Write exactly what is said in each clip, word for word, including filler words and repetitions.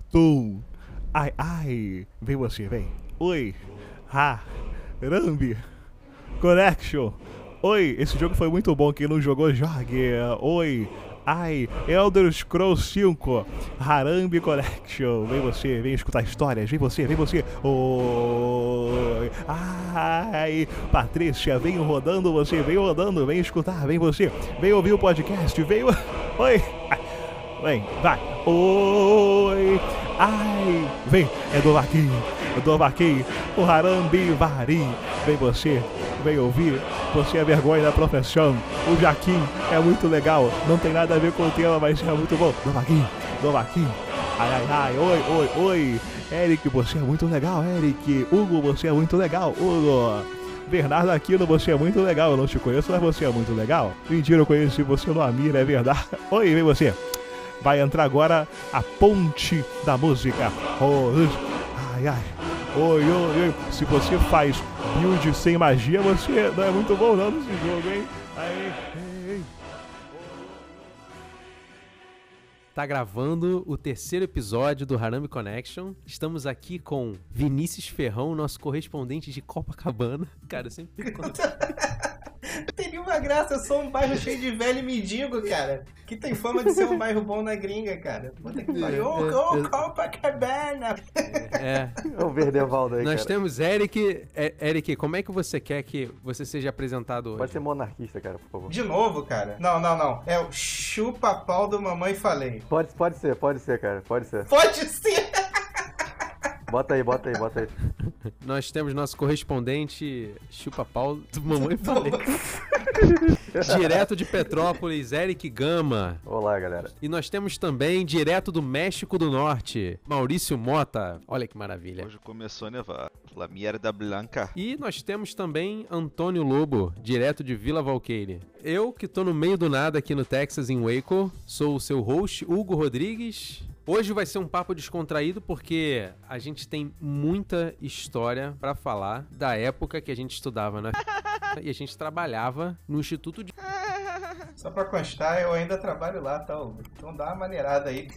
tum. Ai, ai. Vem você, vem. Oi. Ha. Rambi. Connection. Oi, esse jogo foi muito bom. Quem não jogou, jogue. Oi. Ai, Elder Scrolls cinco, Harambe Collection. Vem você, vem escutar histórias. Vem você, vem você. Oi. Ai, Patrícia, vem rodando você, vem rodando, vem escutar, vem você. Vem ouvir o podcast, vem. Oi. Vem, vai. Oi. Ai, vem. É do Vaquinho, é do Vaquinho. O Harambe Vari. Vem você, vem ouvir. Você é vergonha da profissão. O Jaquim é muito legal. Não tem nada a ver com o tema, mas é muito bom. Do Vaquinho, do Vaquinho. Ai, ai, ai. Oi, oi, oi. Eric, você é muito legal, Eric. Hugo, você é muito legal, Hugo. Bernardo Aquino, você é muito legal. Eu não te conheço, mas você é muito legal. Mentira, eu conheci você no Amir, é verdade. Oi, vem você. Vai entrar agora a ponte da música. Oh, ai, ai. Oi, oi, oi. Se você faz build sem magia, você não é muito bom não nesse jogo, hein? Aí, ei. Tá gravando o terceiro episódio do Harambe Connection. Estamos aqui com Vinícius Ferrão, nosso correspondente de Copacabana. Cara, eu sempre fico... Tem nenhuma graça, eu sou um bairro cheio de velho e mendigo, cara. Que tem fama de ser um bairro bom na gringa, cara. Puta que pariu. Ô, ô, Copacabana! É. É o Verdevaldo aí, Nós cara. temos Eric. É, Eric, como é que você quer que você seja apresentado hoje? Pode ser monarquista, cara, por favor. De novo, cara? Não, não, não. É o chupa-pau do Mamãe Falei. Pode, pode ser, pode ser, cara, pode ser. Pode ser! Bota aí, bota aí, bota aí. Nós temos nosso correspondente chupa-pau do Mamãe Falei. Direto de Petrópolis, Eric Gama. Olá, galera. E nós temos também, direto do México do Norte, Maurício Mota. Olha que maravilha. Hoje começou a nevar. La Mierda Blanca. E nós temos também Antônio Lobo, direto de Vila Valqueire. Eu, que tô no meio do nada aqui no Texas, em Waco, sou o seu host, Hugo Rodrigues. Hoje vai ser um papo descontraído porque a gente tem muita história pra falar da época que a gente estudava na e a gente trabalhava no Instituto de... Só pra constar, eu ainda trabalho lá, tá? Então dá uma maneirada aí.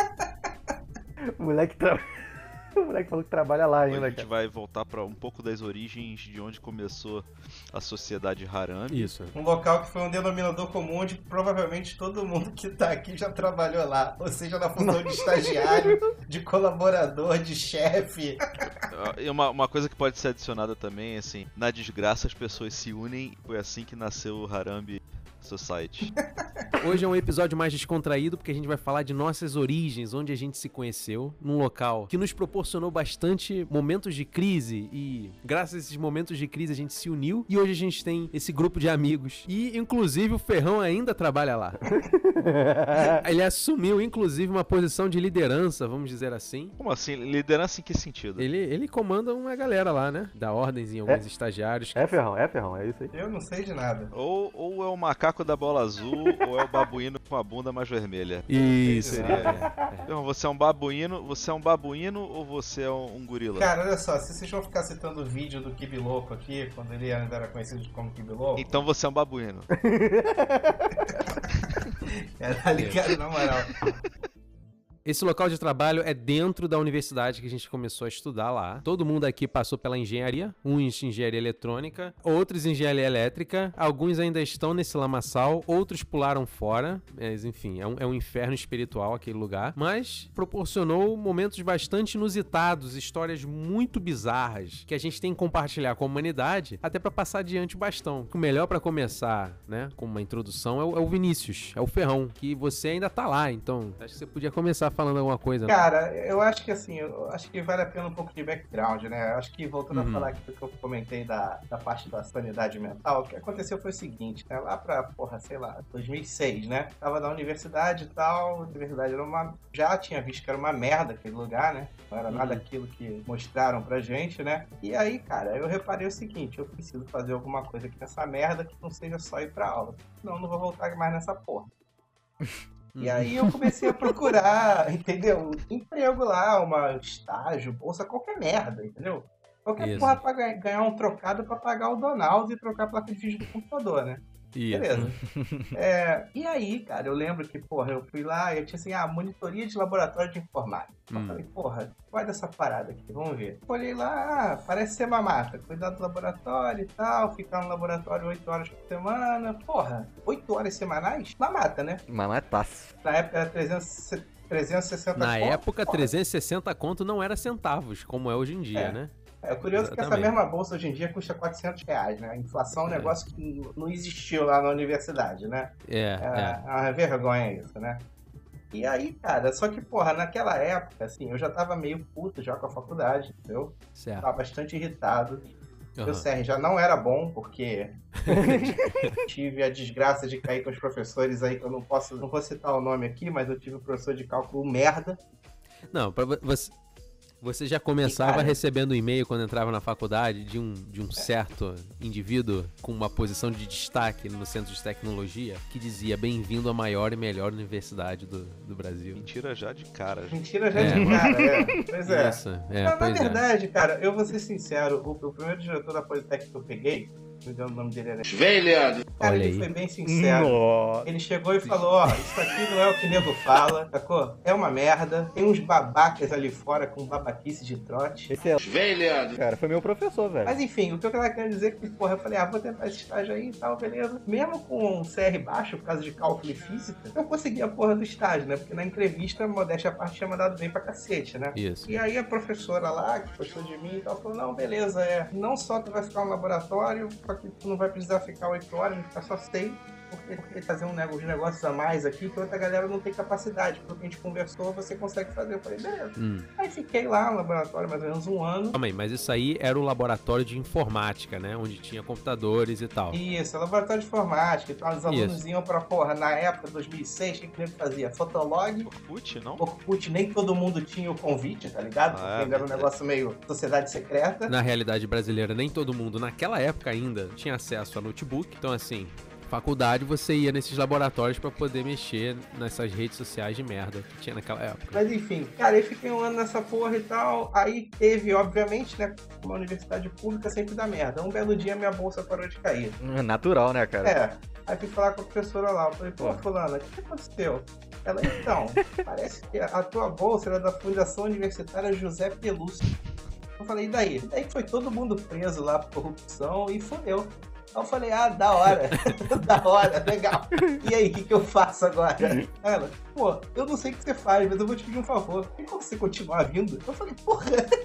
O moleque, tra... o moleque falou que trabalha lá Hoje ainda, a gente cara. vai voltar para um pouco das origens de onde começou a sociedade Harambe. Isso. Um local que foi um denominador comum onde provavelmente todo mundo que tá aqui já trabalhou lá. Ou seja, na função de estagiário, de colaborador, de chefe. E uma, uma coisa que pode ser adicionada também, assim, na desgraça as pessoas se unem, foi assim que nasceu o Harambe Society. Hoje é um episódio mais descontraído porque a gente vai falar de nossas origens, onde a gente se conheceu, num local que nos proporcionou bastante momentos de crise e graças a esses momentos de crise a gente se uniu e hoje a gente tem esse grupo de amigos e inclusive o Ferrão ainda trabalha lá. Ele assumiu inclusive uma posição de liderança, vamos dizer assim. Como assim? Liderança em que sentido? Ele, ele comanda uma galera lá, né? Dá ordens em alguns É. estagiários. É, Ferrão, é, Ferrão, é isso aí. Eu não sei de nada. Ou, ou é o macaco da bola azul, ou é o babuíno com a bunda mais vermelha. Isso. Seria. É. Então, você é um babuíno, você é um babuíno ou você é um, um gorila? Cara, olha só, se vocês vão ficar citando o vídeo do Kibi Louco aqui, quando ele ainda era conhecido como Kibi Louco, Então você é um babuíno. era ligado na moral. Esse local de trabalho é dentro da universidade que a gente começou a estudar lá. Todo mundo aqui passou pela engenharia, uns engenharia eletrônica, outros engenharia elétrica, alguns ainda estão nesse lamaçal, outros pularam fora, mas enfim, é um, é um inferno espiritual aquele lugar, mas proporcionou momentos bastante inusitados, histórias muito bizarras que a gente tem que compartilhar com a humanidade, até pra passar adiante o bastão. O melhor pra começar, né, com uma introdução é o, é o Vinícius, é o Ferrão, que você ainda tá lá, então acho que você podia começar falando alguma coisa. Cara, eu acho que assim, eu acho que vale a pena um pouco de background, né? Eu acho que voltando Uhum. a falar aqui do que eu comentei da, da parte da sanidade mental, o que aconteceu foi o seguinte, né? Lá pra, porra, sei lá, dois mil e seis, né? Tava na universidade e tal, a universidade era uma... já tinha visto que era uma merda aquele lugar, né? Não era nada Uhum. aquilo que mostraram pra gente, né? E aí, cara, eu reparei o seguinte, eu preciso fazer alguma coisa aqui nessa merda que não seja só ir pra aula. Senão eu não vou voltar mais nessa porra. E aí eu comecei a procurar, entendeu? Emprego lá, uma estágio, bolsa, qualquer merda, entendeu? Qualquer Isso. porra pra ganhar um trocado pra pagar o Donald e trocar a placa de vídeo do computador, né? Isso. Beleza. É, e aí, cara, eu lembro que, porra, eu fui lá e eu tinha assim, ah, monitoria de laboratório de informática. Eu Hum. falei, porra, qual é dessa parada aqui? Vamos ver. Olhei lá, ah, parece ser mamata. Cuidar do laboratório e tal, ficar no laboratório oito horas por semana. Porra, oito horas semanais? Mamata, né? Mamataço. Na época era trezentos, trezentos e sessenta Na conto. época, Porra. trezentos e sessenta conto não era centavos, como é hoje em dia, É. né? É curioso que essa Exatamente. mesma bolsa hoje em dia custa quatrocentos reais, né? A inflação é um É. negócio que não existiu lá na universidade, né? É, É, é. é uma vergonha isso, né? E aí, cara, só que, porra, naquela época, assim, eu já tava meio puto já com a faculdade, entendeu? Certo. Tava bastante irritado. Aham. O C R já não era bom, porque tive a desgraça de cair com os professores aí, que eu não posso, não vou citar o nome aqui, mas eu tive um professor de cálculo merda. Não, pra vo- você, você já começava E, cara- recebendo e-mail quando entrava na faculdade de um, de um certo indivíduo com uma posição de destaque no centro de tecnologia que dizia bem-vindo à maior e melhor universidade do, do Brasil. Mentira já de cara. gente. Mentira já É. de cara, é. Pois é. Isso, é, Não, na pois é. verdade, cara, eu vou ser sincero, o, o primeiro diretor da Politécnica que eu peguei, me engano o nome dele era... Vem, Leandro. Cara, Olha ele aí. foi bem sincero. Nossa. Ele chegou e falou, ó, isso aqui não é o que o nego fala, sacou? É uma merda. Tem uns babacas ali fora com babaquice de trote. Esse é, Vem, Leandro. cara, foi meu professor, velho. Mas enfim, o que eu tava querendo dizer é que, porra, eu falei, ah, vou tentar esse estágio aí e tal, beleza. Mesmo com um C R baixo, por causa de cálculo e física, eu consegui a porra do estágio, né? Porque na entrevista, modéstia à parte, tinha mandado bem pra cacete, né? Isso. E aí a professora lá, que gostou de mim e tal, falou, não, beleza, é, não só tu vai ficar no laboratório, só que tu não vai precisar ficar oito horas, vai ficar só seis, porque, porque fazer um nego- uns negócios a mais aqui que outra galera não tem capacidade. Pelo que a gente conversou, você consegue fazer. Eu falei, beleza. Hum. Aí fiquei lá no laboratório mais ou menos um ano. Calma aí, mas isso aí era o laboratório de informática, né? Onde tinha computadores e tal. Isso, laboratório de informática e tal. Os alunos Isso. iam pra, porra, na época, dois mil e seis, o que que ele fazia? Fotolog, Orkut, não? Orkut, nem todo mundo tinha o convite, tá ligado? Porque Ah, ainda era um verdade. negócio meio sociedade secreta. Na realidade brasileira, nem todo mundo, naquela época ainda, tinha acesso a notebook. Então, assim, faculdade você ia nesses laboratórios pra poder mexer nessas redes sociais de merda que tinha naquela época. Mas enfim, cara, eu fiquei um ano nessa porra e tal. Aí teve, obviamente, né? Uma universidade pública sempre dá merda. Um belo dia minha bolsa parou de cair. Hum, Natural, né, cara? É. Aí fui falar com a professora lá. Eu falei, pô, fulana, o que aconteceu? Ela, então, parece que a tua bolsa era da Fundação Universitária José Pelúcio. Eu falei, e daí? E daí que foi todo mundo preso lá por corrupção e fodeu. Aí eu falei, ah, da hora, da hora, legal. E aí, o que, que eu faço agora? Ela, pô, eu não sei o que você faz, mas eu vou te pedir um favor. Tem como você continuar vindo? Eu falei, porra,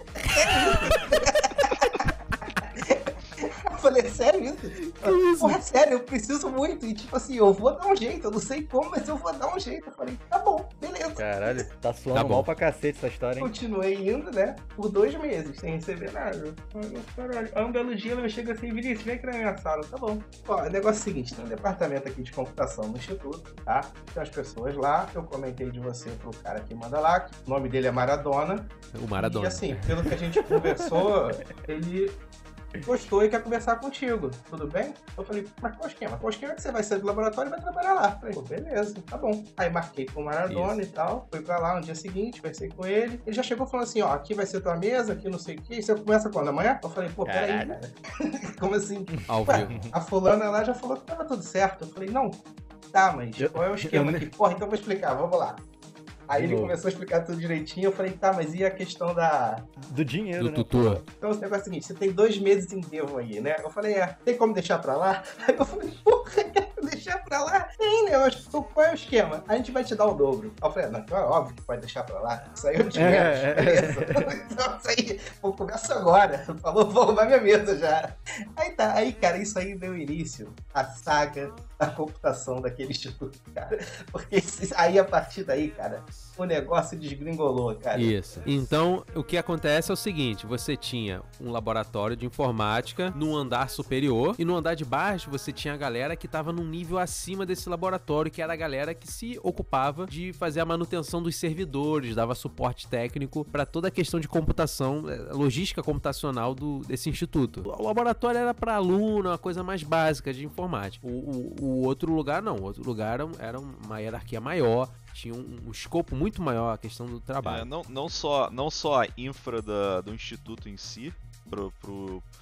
eu falei, sério isso? Ela, porra, sério, eu preciso muito. E tipo assim, eu vou dar um jeito, eu não sei como, mas eu vou dar um jeito. Eu falei, tá bom, beleza. Caralho, tá suando Tá bom. mal pra cacete essa história, hein? Continuei indo, né? Por dois meses, sem receber nada. Aí, caralho. Aí um belo dia ela me chega assim, Vinícius, vem aqui na minha sala, tá bom. Ó, o negócio é o seguinte, tem um departamento aqui de computação no instituto, tá? Tem as pessoas lá, eu comentei de você pro cara que manda lá, que o nome dele é Maradona. O Maradona. E assim, pelo que a gente conversou, ele gostou e quer conversar contigo, tudo bem? Eu falei, mas qual o esquema? Qual o esquema é que você vai sair do laboratório e vai trabalhar lá? Eu falei, pô, beleza, tá bom. Aí marquei com o Maradona e tal, fui pra lá no dia seguinte, conversei com ele. Ele já chegou falando assim, ó, aqui vai ser tua mesa, aqui não sei o quê. E você começa quando? Amanhã? Eu falei, pô, peraí, Caralho. cara. Como assim? Ao Ué, vivo. a fulana lá já falou que tava tudo certo. Eu falei, não, tá, mas Eu- qual é o esquema eu- aqui? Porra, então eu vou explicar, vamos lá. Aí De ele novo. começou a explicar tudo direitinho, eu falei, tá, mas e a questão da, Do dinheiro, Do né? tutor. então o negócio é o seguinte, você tem dois meses em devo aí, né? Eu falei, é, tem como deixar pra lá? Aí eu falei, porra, quero deixar pra lá? Tem, né? Mas qual é o esquema? A gente vai te dar o dobro. Aí eu falei, não, então é óbvio que pode deixar pra lá. Isso aí eu te É, menos, é. beleza. Então isso aí, vou começar agora. Falou, vou arrumar minha mesa já. Aí tá, aí cara, isso aí deu início à saga da computação daquele instituto, cara. Porque isso- aí a partir daí, cara, o negócio desgringolou, cara. Isso. Então, o que acontece é o seguinte: você tinha um laboratório de informática no andar superior, e no andar de baixo você tinha a galera que estava num nível acima desse laboratório, que era a galera que se ocupava de fazer a manutenção dos servidores, dava suporte técnico para toda a questão de computação, eh, logística computacional do, desse instituto. O laboratório era para aluno, uma coisa mais básica de informática. O, o, o outro lugar não, o outro lugar era, era uma hierarquia maior, tinha um, um escopo muito maior a questão do trabalho. É, não, não, só, não só a infra da, do instituto em si, pro, pro,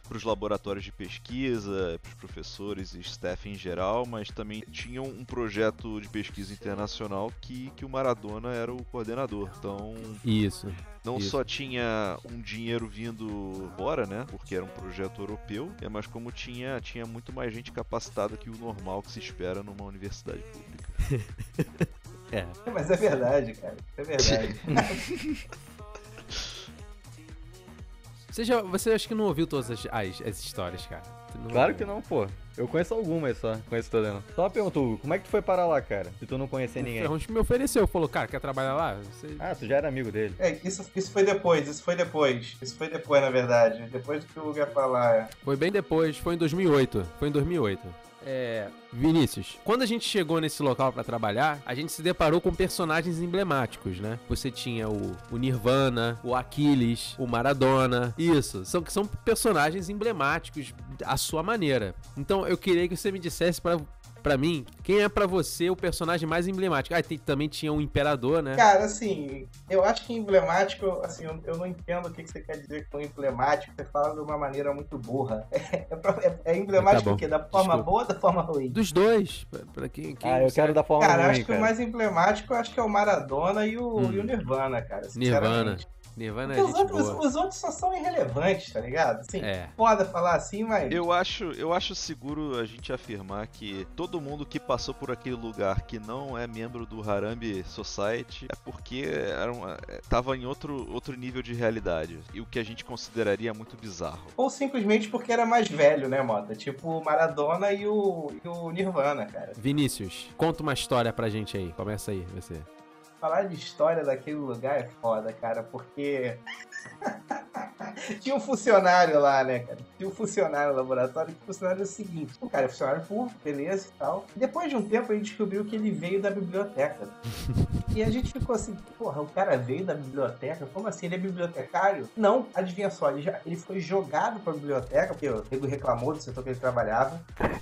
para os laboratórios de pesquisa, para os professores e staff em geral, mas também tinham um projeto de pesquisa internacional que, que o Maradona era o coordenador. Então, Isso. não Isso. só tinha um dinheiro vindo fora, né, porque era um projeto europeu, mas como tinha, tinha muito mais gente capacitada que o normal que se espera numa universidade pública. É. Mas é verdade, cara. É verdade. Você, já, você acho que não ouviu todas as, as, as histórias, cara. Não... Claro que não, pô. Eu conheço algumas só, conheço toda não. Só uma pergunta, Hugo, como é que tu foi parar lá, cara? Se tu não conhecia O ninguém. Ferrão me ofereceu, falou, cara, quer trabalhar lá? Você... Ah, tu já era amigo dele. É, isso, isso foi depois, isso foi depois. Isso foi depois, na verdade. Depois do que o Hugo ia falar. Foi bem depois, foi em dois mil e oito. Foi em dois mil e oito. É, Vinícius, quando a gente chegou nesse local pra trabalhar, a gente se deparou com personagens emblemáticos, né? Você tinha o, o Nirvana, o Aquiles, o Maradona. Isso, são, são personagens emblemáticos à sua maneira. Então eu queria que você me dissesse pra, pra mim, quem é pra você o personagem mais emblemático? Ah, tem, também tinha o Imperador, né? Cara, assim, eu acho que emblemático, assim, eu, eu não entendo o que, que você quer dizer com emblemático, você fala de uma maneira muito burra. É, é, é emblemático Tá bom. o quê? Da forma Desculpa. boa ou da forma ruim? Dos dois, pra, pra quem, quem Ah, eu você- quero da forma Cara, ruim, acho que cara. o mais emblemático eu acho que é o Maradona e o, Hum. e o Nirvana, cara. Nirvana. Sinceramente. Nirvana é Porque os gente outros, boa. os outros só são irrelevantes, tá ligado? Assim, É. foda falar assim, mas. Eu acho, eu acho seguro a gente afirmar que todo mundo que passou por aquele lugar que não é membro do Harambe Society é porque era uma, é, tava em outro, outro nível de realidade. E o que a gente consideraria muito bizarro. Ou simplesmente porque era mais velho, né, Mota? Tipo o Maradona e o, e o Nirvana, cara. Vinícius, conta uma história pra gente aí. Começa aí, você. Falar de história daquele lugar é foda, cara, porque tinha um funcionário lá, né, cara? Tinha um funcionário no laboratório, que o funcionário era o seguinte, o cara é funcionário público, beleza e tal. Depois de um tempo a gente descobriu que ele veio da biblioteca. E a gente ficou assim, porra, o cara veio da biblioteca? Como assim? Ele é bibliotecário? Não, adivinha só, ele, já, ele foi jogado pra biblioteca, porque o Nego reclamou do setor que ele trabalhava.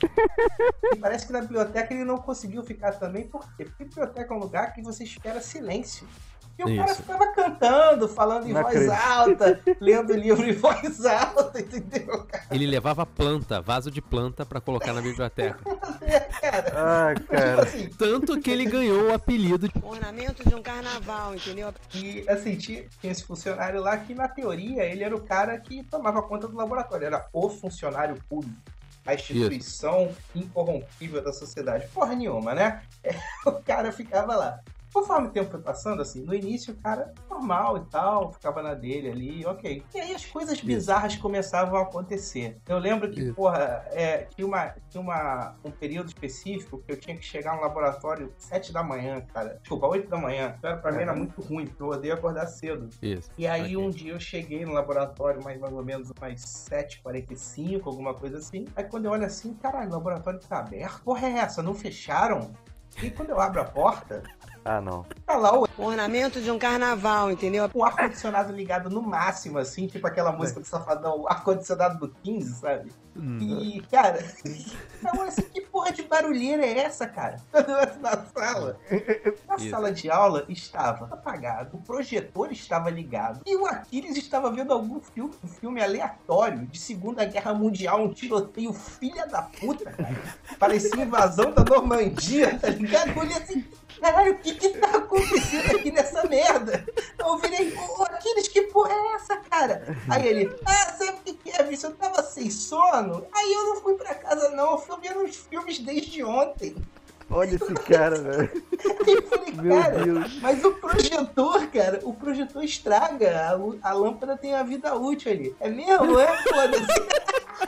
E parece que na biblioteca ele não conseguiu ficar também, por quê? Porque biblioteca é um lugar que você espera silêncio. E o Isso. cara ficava cantando, falando em Não voz acredito. alta, lendo livro em voz alta, entendeu, cara? Ele levava planta, vaso de planta pra colocar na biblioteca. cara Ah, tipo cara. assim, Tanto que ele ganhou o apelido de... Ornamento de um carnaval, entendeu? e assim, tinha, tinha esse funcionário lá que, na teoria, ele era o cara que tomava conta do laboratório, era o funcionário público. A instituição incorrompível da sociedade. Porra nenhuma, né? É, o cara ficava lá. Conforme o tempo foi passando, assim, no início o cara normal e tal, ficava na dele ali, ok. E aí as coisas bizarras começavam a acontecer. Eu lembro que, Isso. porra, é, tinha, uma, tinha uma, um período específico que eu tinha que chegar no laboratório sete da manhã, cara. Desculpa, oito da manhã. Então, pra mim era muito ruim, porque eu odeio acordar cedo. Isso. E aí Ok. um dia eu cheguei no laboratório mais, mais ou menos umas sete e quarenta e cinco, alguma coisa assim. Aí quando eu olho assim, caralho, o laboratório tá aberto? Porra é essa? Não fecharam? E quando eu abro a porta, Ah, não. tá lá o, Ornamento de um carnaval, entendeu? o ar-condicionado ligado no máximo, assim, tipo aquela música do Safadão, o ar-condicionado do quinze, sabe? Hum. E, cara, eu olho assim, que porra de barulheira é essa, cara? Quando eu entro na sala, na Isso. sala de aula estava apagado, o projetor estava ligado e o Aquiles estava vendo algum filme, um filme aleatório de Segunda Guerra Mundial, um tiroteio filha da puta, cara. Parecia invasão da Normandia, tá ligado? Eu olhei assim, caralho, o que que tá acontecendo aqui nessa merda? Eu virei, ô Aquiles, que porra é essa, cara? Aí ele, ah, sabe o que que é, bicho? Eu tava sem sono, aí eu não fui pra casa não, eu fui vendo os filmes desde ontem. Olha esse cara, velho. Aí eu falei, Meu cara, Deus. mas o projetor, cara, o projetor estraga, a, lu- a lâmpada tem a vida útil ali. É mesmo? É? Foda-se.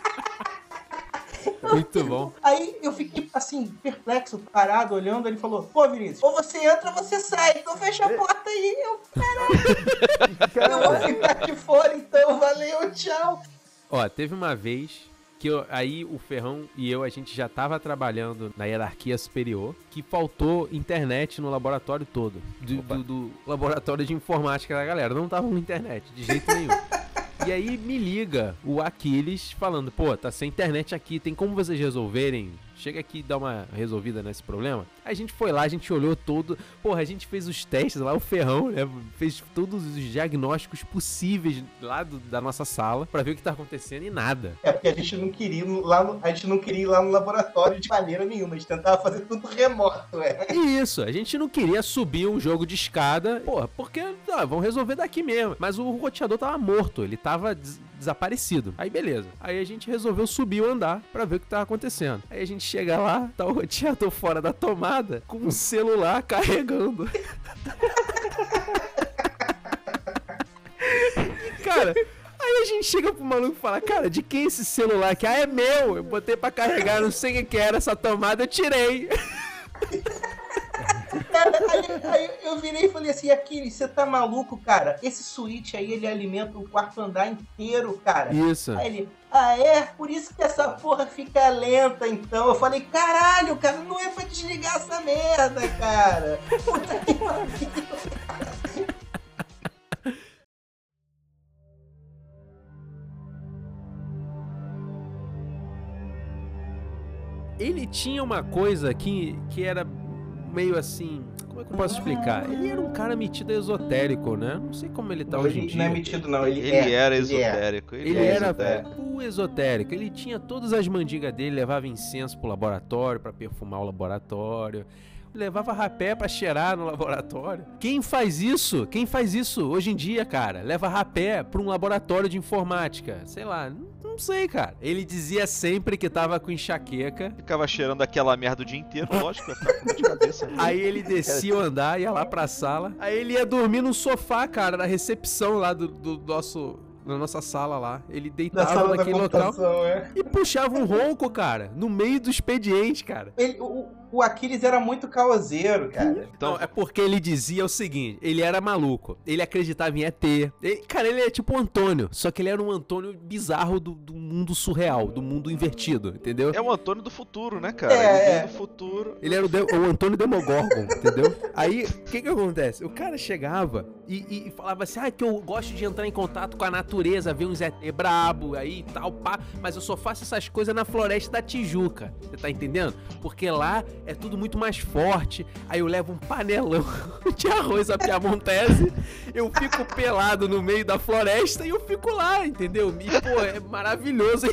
Muito bom. Aí eu fiquei, assim, perplexo, parado, olhando, ele falou, pô, Vinícius, ou você entra ou você sai, então fecha a porta aí. Eu, eu vou Cara, ficar aqui fora, então, valeu, tchau. Ó, teve uma vez que eu- aí o Ferrão e eu, a gente já tava trabalhando na hierarquia superior, que faltou internet no laboratório todo. Do, do- do laboratório de informática da galera. Não tava com internet, de jeito nenhum. E aí me liga o Aquiles falando, pô, tá sem internet aqui, tem como vocês resolverem chega aqui e dá uma resolvida nesse problema. Aí a gente foi lá, a gente olhou todo, porra, a gente fez os testes lá, o Ferrão, né, fez todos os diagnósticos possíveis lá do, da nossa sala pra ver o que tá acontecendo e nada. É porque a gente não queria ir lá no, a gente não queria ir lá no laboratório de maneira nenhuma, a gente tentava fazer tudo remoto, é. E isso, a gente não queria subir um jogo de escada, porra, porque, ah, vamos resolver daqui mesmo. Mas o roteador tava morto, ele tava des- desaparecido. Aí beleza, aí a gente resolveu subir o andar pra ver o que tava acontecendo. Aí a gente chega lá, tá o roteador fora da tomada, com um celular carregando. E, cara, aí a gente chega pro maluco e fala, cara, de quem é esse celular aqui? Ah, é meu, eu botei pra carregar, não sei o que era essa tomada, eu tirei. Cara, aí, aí eu virei e falei assim, Aquiles, você tá maluco, cara? Esse switch aí, ele alimenta o quarto andar inteiro, cara. Isso. Aí ele, ah é? Por isso que essa porra fica lenta, então. Eu falei, caralho, cara, não é pra desligar essa merda, cara. Puta que pariu. Ele tinha uma coisa que, que era meio assim... Como é que eu posso explicar? Ele era um cara metido esotérico, né? Não sei como ele tá Não, hoje em ele dia. não é metido, não. Ele, Ele é, era ele é. esotérico. Ele é era esotérico. full esotérico. Ele tinha todas as mandigas dele, levava incenso pro laboratório pra perfumar o laboratório. Levava rapé pra cheirar no laboratório. Quem faz isso? Quem faz isso hoje em dia, cara? Leva rapé pra um laboratório de informática. Sei lá, não, não sei, cara. Ele dizia sempre que tava com enxaqueca. Ficava cheirando aquela merda o dia inteiro, lógico, ia ficar com dor de cabeça. né? Aí ele descia o andar, ia lá pra sala. Aí ele ia dormir no sofá, cara, na recepção lá do, do nosso... Na nossa sala lá. Ele Na deitava sala da naquele local computação, é. e puxava um ronco, cara, no meio do expediente, cara. Ele, o, o Aquiles era muito caoseiro, cara. Então, Não, é porque ele dizia o seguinte, ele era maluco, ele acreditava em E T. Ele- cara, ele é tipo o Antônio, só que ele era um Antônio bizarro do, do mundo surreal, do mundo invertido, entendeu? é o Antônio do futuro, né, cara? É, Ele é. veio do futuro. Ele era o, de- o Antônio Demogorgon, entendeu? Aí, o que que acontece? O cara chegava e, e- e falava assim, ah, que eu gosto de entrar em contato com a natureza, ver uns E T brabo aí e tal, pá, mas eu só faço essas coisas na Floresta da Tijuca, você tá entendendo? Porque lá é tudo muito mais forte, aí eu levo um panelão de arroz à piamontese, eu fico pelado no meio da floresta e eu fico lá, entendeu? E, pô, é maravilhoso.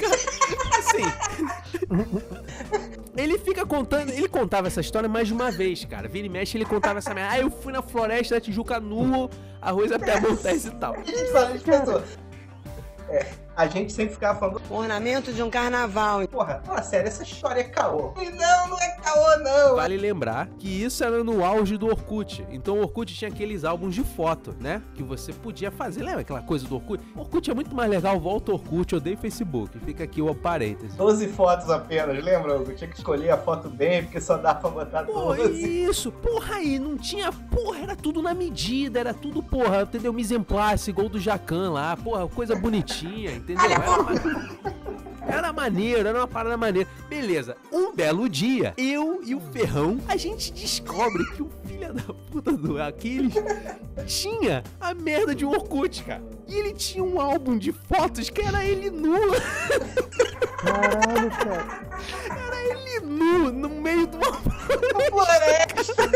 Assim... Ele fica contando, ele contava essa história mais de uma vez, cara. Vira e mexe, ele contava essa merda. Ah, eu fui na floresta da Tijuca nu, arroz à piamontese e tal. A gente fala, a gente pensou. É, a gente sempre ficava falando, Ornamento de um carnaval. porra, fala sério, essa história é caô. E não, não é caô, não. Vale lembrar que isso era no auge do Orkut. Então o Orkut tinha aqueles álbuns de foto, né? Que você podia fazer. Lembra aquela coisa do Orkut? Orkut é muito mais legal, volta ao Orkut, eu odeio Facebook. Fica aqui o parêntese. doze fotos apenas, lembra, Hugo? Tinha que escolher a foto bem, porque só dá pra botar Pô, doze. isso, porra aí, não tinha, porra, era tudo na medida, era tudo, porra, entendeu? Mise en place, gol do Jacan lá, porra, coisa bonitinha, entendeu? Era, ma- era maneiro, era uma parada maneira. Beleza, um belo dia, eu e o Ferrão, a gente descobre que o filho da puta do Aquiles tinha a merda de um Orkut, cara. E ele tinha um álbum de fotos que era ele nu. Caralho, cara. Era ele nu, no meio de uma Floresta.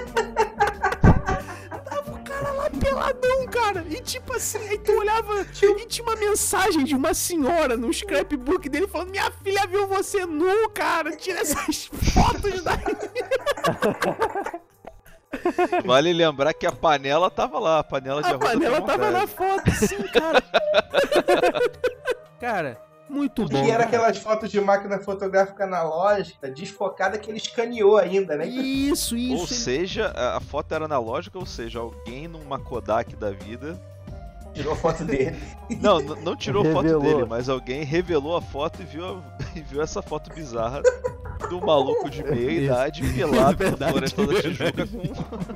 Tava o cara lá peladão, cara. E tipo assim, aí tu olhava e tinha uma mensagem de uma senhora no scrapbook dele falando: minha filha viu você nu, cara. Tira essas fotos daí. Vale lembrar que a panela tava lá, a panela de A arroz. panela à tava na piamontese. foto, sim, cara. Cara, muito bom. E era cara. aquelas fotos de máquina fotográfica analógica, desfocada, que ele escaneou ainda, né? Isso, isso. Ou ele- seja, a a foto era analógica, ou seja, alguém numa Kodak da vida. Tirou a foto dele. Não, n- não tirou foto Revelou. dele, mas alguém revelou a foto e viu, a- e viu essa foto bizarra do maluco de meia Isso. idade pelado na Verdade, floresta da verdade. Tijuca com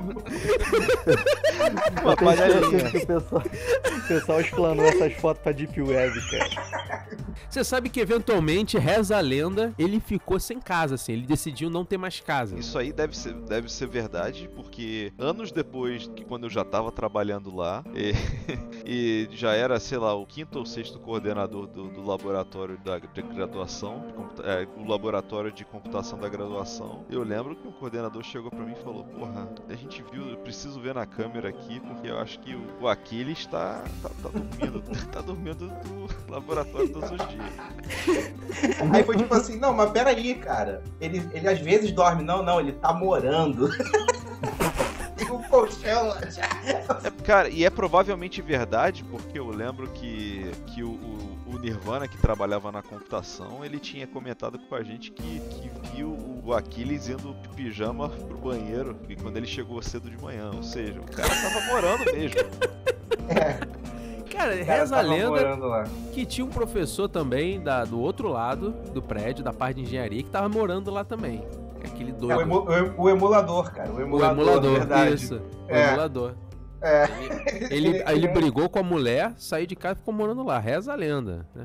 uma Eu tenho certeza panelinha. que o pessoal, o pessoal explanou essas fotos pra Deep Web, cara. Você sabe que eventualmente, reza a lenda, ele ficou sem casa, assim. Ele decidiu não ter mais casa. Isso aí deve ser, deve ser verdade, porque anos depois, que quando eu já tava trabalhando lá, e, e já era, sei lá, o quinto ou sexto coordenador do, do laboratório da, de graduação, de computa- é, o laboratório de computação da graduação, eu lembro que um coordenador chegou pra mim e falou: porra, a gente viu, eu preciso ver na câmera aqui, porque eu acho que o, o Aquiles tá, tá, tá dormindo, tá dormindo no laboratório todos os dias. Aí foi tipo assim, não, mas peraí, cara. Ele, ele às vezes dorme. Não, não, ele tá morando. Tem um colchão lá já. É, cara, e é provavelmente verdade, porque eu lembro que, que o, o, o Nirvana, que trabalhava na computação, ele tinha comentado com a gente que, que viu o Aquiles indo de pijama pro banheiro e quando ele chegou cedo de manhã. Ou seja, o cara tava morando mesmo. É. Cara, O cara reza a tava lenda morando lá. que tinha um professor também da, do outro lado do prédio, da parte de engenharia, que tava morando lá também. Aquele É, doido. o, emu- o em- o emulador, cara. O O emulador, emulador, verdade. isso. O É. emulador. É. Ele, aí ele brigou com a mulher, saiu de casa e ficou morando lá. Reza a lenda, né?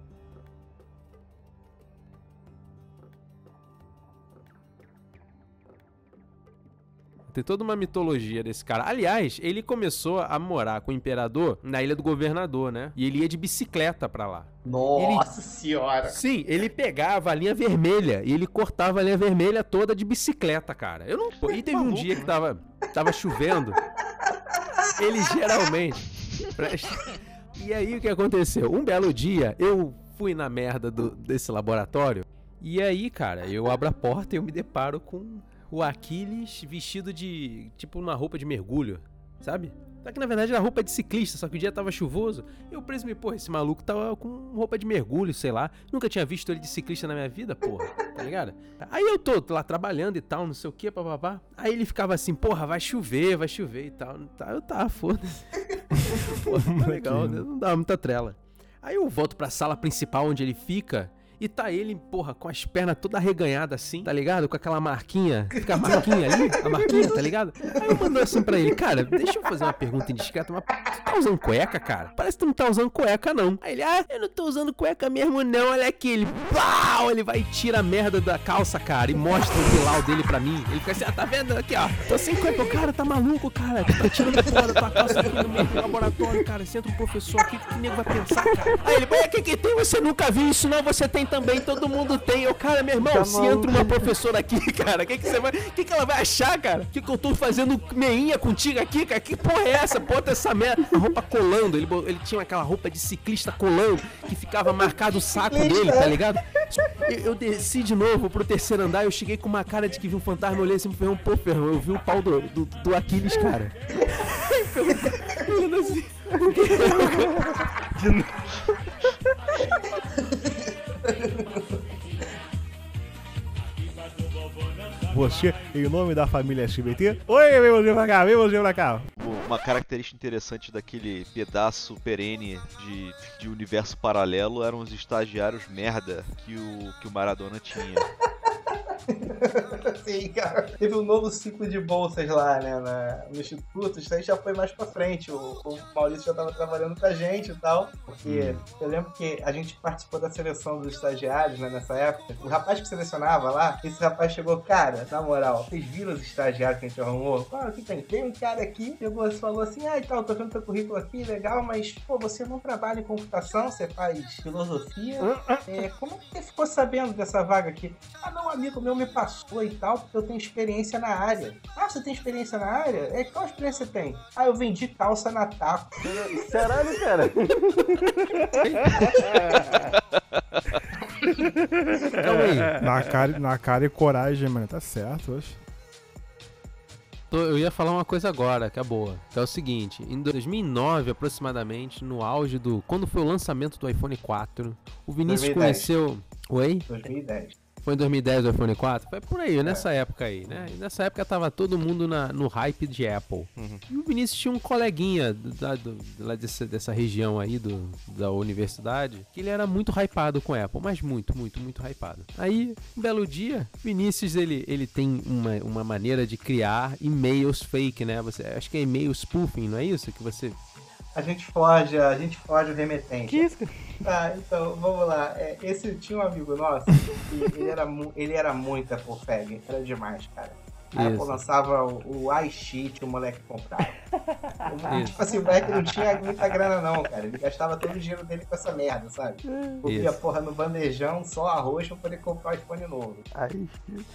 Tem toda uma mitologia desse cara. Aliás, ele começou a morar com o imperador na Ilha do Governador, né? E ele ia de bicicleta pra lá. Nossa senhora. Sim, ele pegava a linha vermelha e ele cortava a linha vermelha toda de bicicleta, cara. Eu não... E teve um dia que tava, tava chovendo. Ele geralmente... Presta... E aí o que aconteceu? Um belo dia, eu fui na merda do, desse laboratório. E aí, cara, eu abro a porta e eu me deparo com o Aquiles vestido de, tipo, uma roupa de mergulho, sabe? Só que na verdade era roupa de ciclista, só que o dia tava chuvoso. Eu presumi, porra, esse maluco tava com roupa de mergulho, sei lá. Nunca tinha visto ele de ciclista na minha vida, porra, tá ligado? Aí eu tô lá trabalhando e tal, não sei o que, papapá. Aí ele ficava assim, porra, vai chover, vai chover e tal. Eu tava, foda-se. Porra, tá legal, né? Não dá muita trela. Aí eu volto pra sala principal onde ele fica. E tá ele, porra, com as pernas toda arreganhadas assim, tá ligado? Com aquela marquinha, fica a marquinha ali, a marquinha, tá ligado? Aí eu mando assim pra ele, cara, deixa eu fazer uma pergunta indiscreta, mas tu tá usando cueca, cara? Parece que tu não tá usando cueca, não. Aí ele, ah, eu não tô usando cueca mesmo não, olha aqui, ele, pau, ele vai e tira a merda da calça, cara, e mostra o bilau dele pra mim. Ele fica assim, ah, tá vendo? Aqui, ó, tô sem cueca, cara, tá maluco, cara, tu tá tirando fora da tua calça aqui no meio do laboratório, cara, se entra um professor aqui, o que o nego vai pensar, cara? Aí ele, o que que tem? Você nunca viu isso, não? Você tem também, todo mundo tem. Eu, cara, meu irmão, Tá se maluco. entra uma professora aqui, cara, o que que você vai... O que que ela vai achar, cara? O que que eu tô fazendo meinha contigo aqui, cara? Que porra é essa? Bota essa merda. A roupa colando. Ele, bo- ele tinha aquela roupa de ciclista colando, que ficava marcado o saco dele, tá ligado? Eu, eu desci de novo pro terceiro andar, eu cheguei com uma cara de que vi um fantasma, eu olhei assim, falei, pô, Ferrão, eu vi o pau do, do, do Aquiles, cara. Falando assim... De novo. Você, em nome da família S B T. Oi, vem você pra cá, vem você pra cá. Uma característica interessante daquele pedaço perene de, de universo paralelo eram os estagiários merda que o, que o Maradona tinha. Sim, cara. Teve um novo ciclo de bolsas lá, né, na- no Instituto. Isso aí já foi mais pra frente. O, o Maurício já tava trabalhando com a gente e tal. Porque eu lembro que a gente participou da seleção dos estagiários, né, nessa época. O rapaz que selecionava lá, esse rapaz chegou, cara, na moral, vocês viram os estagiários que a gente arrumou? Claro que tem. Tem um cara aqui, chegou e falou assim, ah, e tal, tô vendo teu currículo aqui, legal, mas, pô, você não trabalha em computação, você faz filosofia. É, como é que você ficou sabendo dessa vaga aqui? Ah, não, um amigo meu me passou e tal, porque eu tenho experiência na área. Ah, você tem experiência na área? É, qual experiência você tem? Ah, eu vendi calça na Taco. Caralho, cara. Calma aí. Na cara, na cara e coragem, mano. Tá certo, hoje. Tô- Eu ia falar uma coisa agora, que é boa. Que é o seguinte, em dois mil e nove, aproximadamente, no auge do... Quando foi o lançamento do iPhone quatro, o Vinícius dois mil e dez. conheceu... Oi? dois mil e dez. Foi em dois mil e dez o iPhone quatro? Foi por aí, nessa época aí, né? E nessa época tava todo mundo na- no hype de Apple. E o Vinícius tinha um coleguinha do- da, do- lá dessa, dessa região aí do, da universidade, que ele era muito hypado com Apple, mas muito, muito, muito hypado. Aí, um belo dia, Vinícius, ele, ele tem uma, uma maneira de criar e-mails fake, né? Você, acho que é e-mail spoofing, não é isso? Que você A gente foge, a gente foge o remetente. Que isso, cara? Tá, então, vamos lá. É, esse tinha um amigo nosso que ele era, mu- ele era muito Apple Fag, era demais, cara. A Apple Isso. lançava o, o iCheat, o moleque comprava. O- Isso. tipo assim, o moleque não tinha muita grana não, cara. Ele gastava todo o dinheiro dele com essa merda, sabe? Comia Isso. porra no bandejão, só arroz pra poder comprar o iPhone novo. Aí,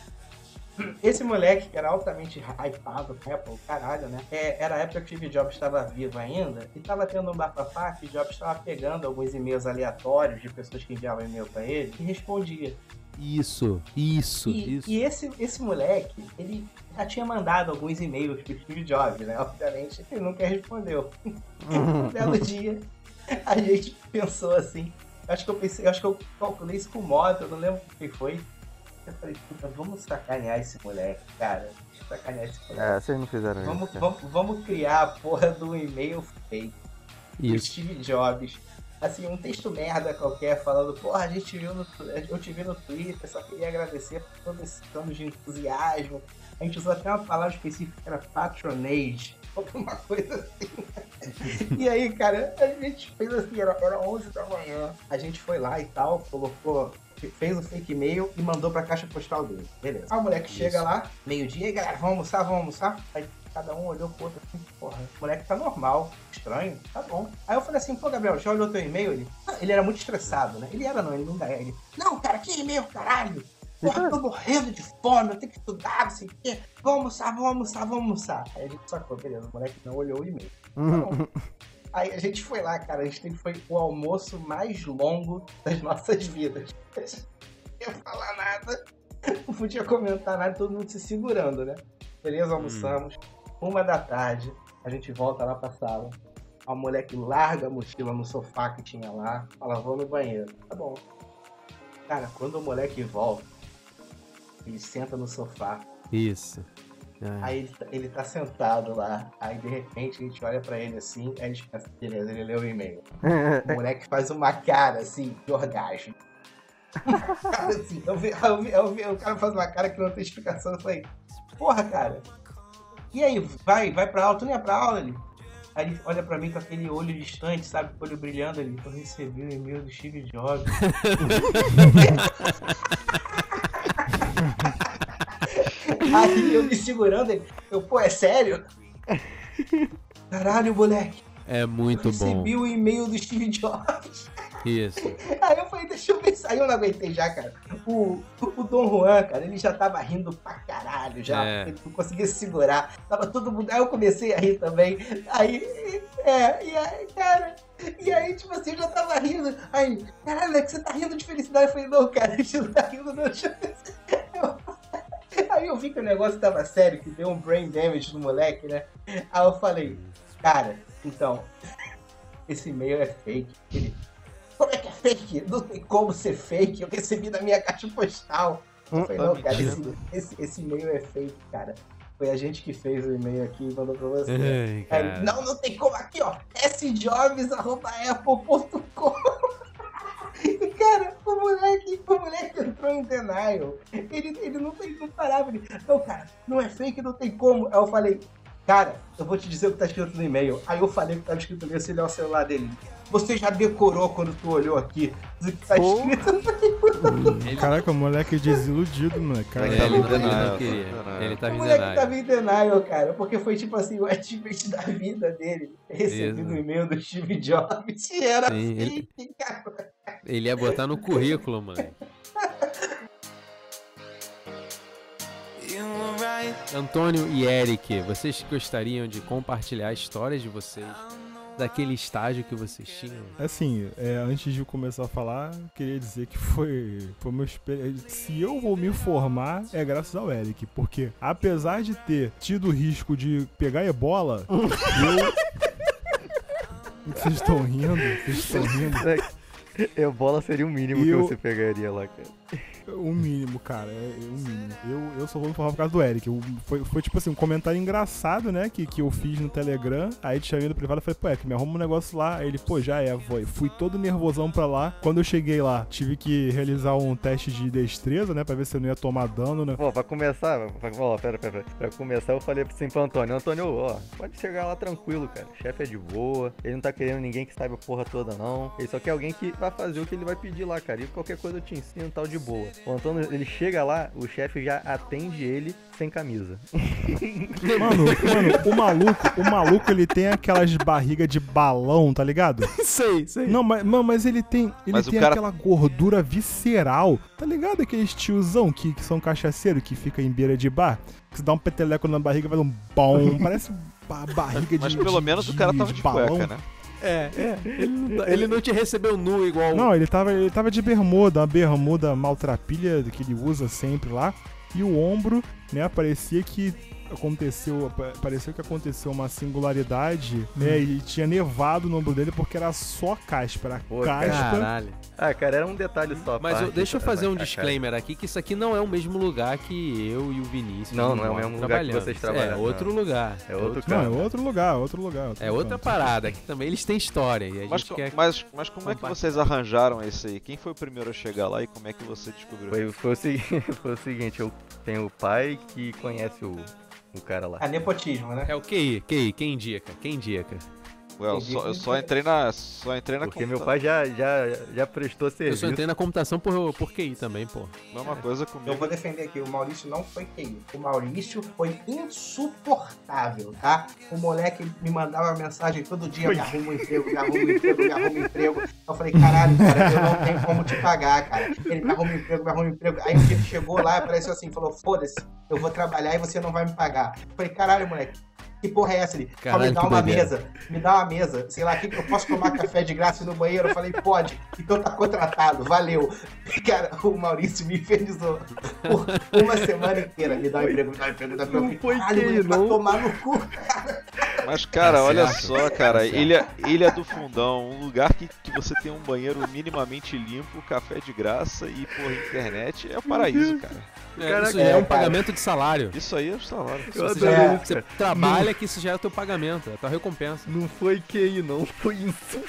Esse moleque, que era altamente hypado com Apple, caralho, né? É, era a época que o Steve Jobs estava vivo ainda e tava tendo um bafafá que o Jobs estava pegando alguns e-mails aleatórios de pessoas que enviavam e-mail pra ele e respondia. Isso, isso, E, isso. e esse, esse moleque, ele já tinha mandado alguns e-mails pro Steve Jobs, né? Obviamente, ele nunca respondeu. Um belo dia, a gente pensou assim, acho que eu pensei, acho que eu calculei isso com moto, eu não lembro o que foi. Eu falei, puta, vamos sacanear esse moleque, cara. Sacanear esse moleque. é, vocês não fizeram Vamos, isso, cara. vamos, vamos criar a porra do e-mail fake do Isso. Steve Jobs. Assim, um texto merda qualquer falando, porra, a gente viu no, eu te vi no Twitter, só queria agradecer por todo esse ano de entusiasmo. A gente usou até uma palavra específica que era patronage, alguma coisa assim. E aí, cara, a gente fez assim, era, era onze da manhã. A gente foi lá e tal, colocou, fez o fake e-mail e mandou pra caixa postal dele. Beleza. Aí o moleque chega lá, meio-dia, e galera, vamos almoçar, vamos almoçar. Aí cada um olhou pro outro assim, porra, o moleque tá normal, estranho, tá bom. Aí eu falei assim, pô, Gabriel, já olhou teu e-mail? Ele, ah, ele era muito estressado, né? Ele era não, ele não é. Ele, não, cara, que e-mail, caralho? Porra, eu tô morrendo de fome, eu tenho que estudar, não sei o quê. Vamos almoçar, vamos almoçar, vamos almoçar. Aí a gente sacou, beleza, o moleque não olhou o e-mail. Tá bom. Aí a gente foi lá, cara, a gente teve, foi o almoço mais longo das nossas vidas. A gente não ia falar nada, não podia comentar nada, todo mundo se segurando, né? Beleza, almoçamos. Uma da tarde, a gente volta lá pra sala. O moleque larga a mochila no sofá que tinha lá, fala, vou no banheiro. Tá bom. Cara, quando o moleque volta, ele senta no sofá. Isso. Ah, Aí ele, tá- ele tá sentado lá, aí de repente a gente olha pra ele assim, aí a gente pensa, beleza, ele leu o e-mail. O moleque faz uma cara assim, de orgasmo. Cara, assim, eu vi, eu vi- eu vi- o cara faz uma cara que não tem explicação, eu falei, porra, cara, e aí, vai, vai pra aula, tu não ia pra aula ali? Aí ele olha pra mim com aquele olho distante, sabe, com o olho brilhando ali, eu recebi o e-mail do Steve Jobs. Aí eu me segurando, ele, eu, pô, é sério? Caralho, moleque. é Eu muito bom. recebi o e-mail do Steve Jobs. Isso. Aí eu falei, deixa eu pensar. Aí eu não aguentei já, cara. O, o Dom Juan, cara, ele já tava rindo pra caralho já. É. Ele não conseguia segurar. Tava todo mundo. Aí eu comecei a rir também. Aí, é, e aí, cara. E aí, tipo assim, eu já tava rindo. Aí, caralho, é que você tá rindo de felicidade. Eu falei, não, cara, a gente não tá rindo, não. Deixa eu pensar. Eu- Aí eu vi que o negócio tava sério, que deu um brain damage no moleque, né? Aí eu falei, cara, então, esse e-mail é fake. Ele, como é que é fake? Não tem como ser fake. Eu recebi na minha caixa postal. Eu falei, não, cara, esse, esse, esse e-mail é fake, cara. Foi a gente que fez o e-mail aqui e mandou pra você. Ai, Aí, cara. ele, não, não tem como. Aqui, ó, sjobs arroba apple ponto com. E, cara, o moleque, o moleque entrou em denial. Ele, ele não, tem, não parava. Ele, não, cara, não é fake, não tem como. Aí eu falei, cara, eu vou te dizer o que tá escrito no e-mail. Aí eu falei o que tava escrito no e-mail, se ele é o celular dele. Você já decorou quando tu olhou aqui do que tá escrito? Caraca, o moleque desiludido, moleque. É, Cara, Ele ele, tava em ele denial, não queria. tava em denial. Ele tava O em moleque denial. tava em denial, cara, porque foi tipo assim, o achievement da vida dele. Recebi Isso. no e-mail do Steve Jobs e era Sim, fake, ele- cara. Ele ia botar no currículo, mano. Antônio e Eric, vocês gostariam de compartilhar histórias de vocês, daquele estágio que vocês tinham? Assim, é, antes de começar a falar, queria dizer que foi, foi uma experiência. Se eu vou me formar, é graças ao Eric, porque apesar de ter tido o risco de pegar ebola, eu. Vocês estão rindo? Vocês estão rindo? Ebola seria o mínimo E que eu- você pegaria lá, cara. O mínimo, cara, é, é o mínimo. Eu, eu só vou me informar por causa do Eric. Eu, foi, foi tipo assim, um comentário engraçado, né, que, que eu fiz no Telegram. Aí te chamei no privado e falei, pô, Eric, me arruma um negócio lá. Aí ele, pô, já é, foi. Fui todo nervosão pra lá. Quando eu cheguei lá, tive que realizar um teste de destreza, né, pra ver se eu não ia tomar dano, né. Pô, pra começar, pra, ó, pera, pera, pera. Pra começar, eu falei assim pro Antônio, Antônio, ó, pode chegar lá tranquilo, cara. O chefe é de boa, ele não tá querendo ninguém que saiba a porra toda, não. Ele só quer alguém que vai fazer o que ele vai pedir lá, cara. E qualquer coisa eu te ensino, tal, de boa. O Antônio, ele chega lá, o chefe já atende ele sem camisa. Mano, mano, o maluco, o maluco, ele tem aquelas barrigas de balão, tá ligado? sei, sei. Não, mas, não, mas ele tem, ele Mas o tem cara- aquela gordura visceral, tá ligado? Aqueles tiozão que, que são cachaceiros, que fica em beira de bar, que se dá um peteleco na barriga, vai dar um bom, parece ba barriga Mas de pelo de- menos o cara tava de balão. cueca, né? É, é. Ele não, tá- ele não te recebeu nu igual... Não, ele tava, ele tava de bermuda, uma bermuda maltrapilha que ele usa sempre lá. E o ombro, né, parecia que aconteceu, pa- pareceu que aconteceu uma singularidade, né, e tinha nevado no ombro dele porque era só caspa, era Pô, caspa. Caralho. Ah, cara, era um detalhe só. a Mas eu- parte, deixa eu cara, fazer um cara. disclaimer aqui, que isso aqui não é o mesmo lugar que eu e o Vinícius. Não, não é o nós mesmo lugar que trabalhamos. vocês trabalham, É outro lugar. É outro Não, cara. é outro lugar, outro lugar. outro É outra canto. parada, que também eles têm história. E a Mas, gente co- quer... mas, mas como é que compartilhar. vocês arranjaram esse aí? Quem foi o primeiro a chegar lá e como é que você descobriu? Foi, foi, o seguinte, foi o seguinte, eu tenho o pai que conhece o, o cara lá. A nepotismo, né? É o Q I, Q I, quem indica? Quem indica? Well, Entendi. só, eu só entrei na. Só entrei na Porque meu computa- pai já, já, já prestou Eu serviço. só entrei na computação por, por Q I também, pô. Mesma coisa Eu comigo. vou defender aqui, o Maurício não foi Q I. O Maurício foi insuportável, tá? O moleque me mandava mensagem todo dia, me arruma um emprego, me arruma um emprego, me arruma um emprego. Eu falei, caralho, cara, eu não tenho como te pagar, cara. Ele me arruma um emprego, me arruma um emprego. Aí um dia ele chegou lá e apareceu assim, falou, foda-se, eu vou trabalhar e você não vai me pagar. Eu falei, caralho, moleque. Que porra é essa ali? Só Caralho, me dá que uma doideira. mesa, me dá uma mesa, sei lá, que eu posso tomar café de graça no banheiro? Eu falei, pode, então tá contratado, valeu. Cara, o Maurício me infernizou por uma semana inteira. Me dá um emprego, me dá um emprego, me dá um emprego. Não foi Caralho, que moleque, vai não. tomar no cu. Mas, cara, Tá olha certo. só, cara, Ilha, Ilha do Fundão, um lugar que, que você tem um banheiro minimamente limpo, café de graça e, porra, internet, é o paraíso, cara. É, Caraca, isso já é é, um cara. pagamento de salário. Isso aí é o salário. Eu Você, já- adorei É. isso, você cara. trabalha que isso já é o teu pagamento, é a tua recompensa. Não foi Q I, não. Foi isso.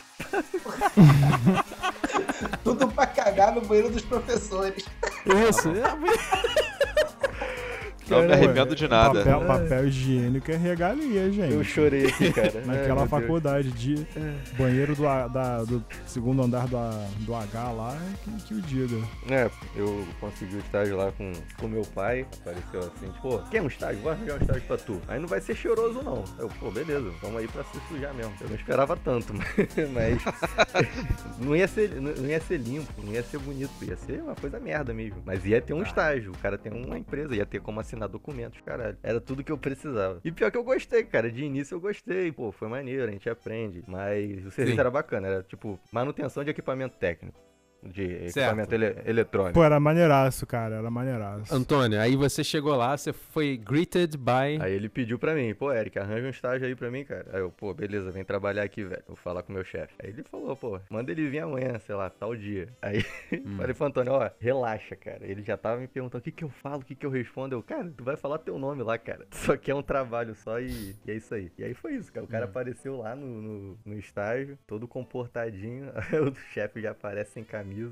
Tudo pra cagar no banheiro dos professores. Isso, é, Não me arrependo de nada. Papel, papel higiênico é regalia, gente. Eu chorei aqui, cara. Ai, Naquela meu Deus. faculdade de banheiro do, A- da- do segundo andar do, A- do H lá, que, que o diga. É, eu consegui o estágio lá com o meu pai. Apareceu assim, pô, quer um estágio? Vou arranjar um estágio pra tu. Aí não vai ser cheiroso, não. Eu, pô, beleza, vamos aí pra se sujar mesmo. Eu não esperava tanto, mas, mas não, ia ser, não ia ser limpo, não ia ser bonito, ia ser uma coisa merda mesmo. Mas ia ter um estágio, o cara tem uma empresa, ia ter como assinar documentos, caralho. Era tudo que eu precisava. E pior que eu gostei, cara. De início eu gostei, pô, foi maneiro, a gente aprende. Mas o serviço Sim. era bacana, era tipo manutenção de equipamento técnico. De Certo. equipamento ele- eletrônico. Pô, era maneiraço, cara, era maneiraço. Antônio, aí você chegou lá, você foi greeted by... Aí ele pediu pra mim, pô, Eric, arranja um estágio aí pra mim, cara. Aí eu, pô, beleza, vem trabalhar aqui, velho. Vou falar com o meu chefe. Aí ele falou, pô, manda ele vir amanhã, sei lá, tal dia. Aí falei pro Antônio, ó, relaxa, cara. Ele já tava me perguntando o que que eu falo, o que que eu respondo. Eu, cara, tu vai falar teu nome lá, cara. Só que é um trabalho só e, e é isso aí. E aí foi isso, cara. O cara apareceu lá no, no, no estágio, todo comportadinho. Aí o chefe já aparece sem camisa.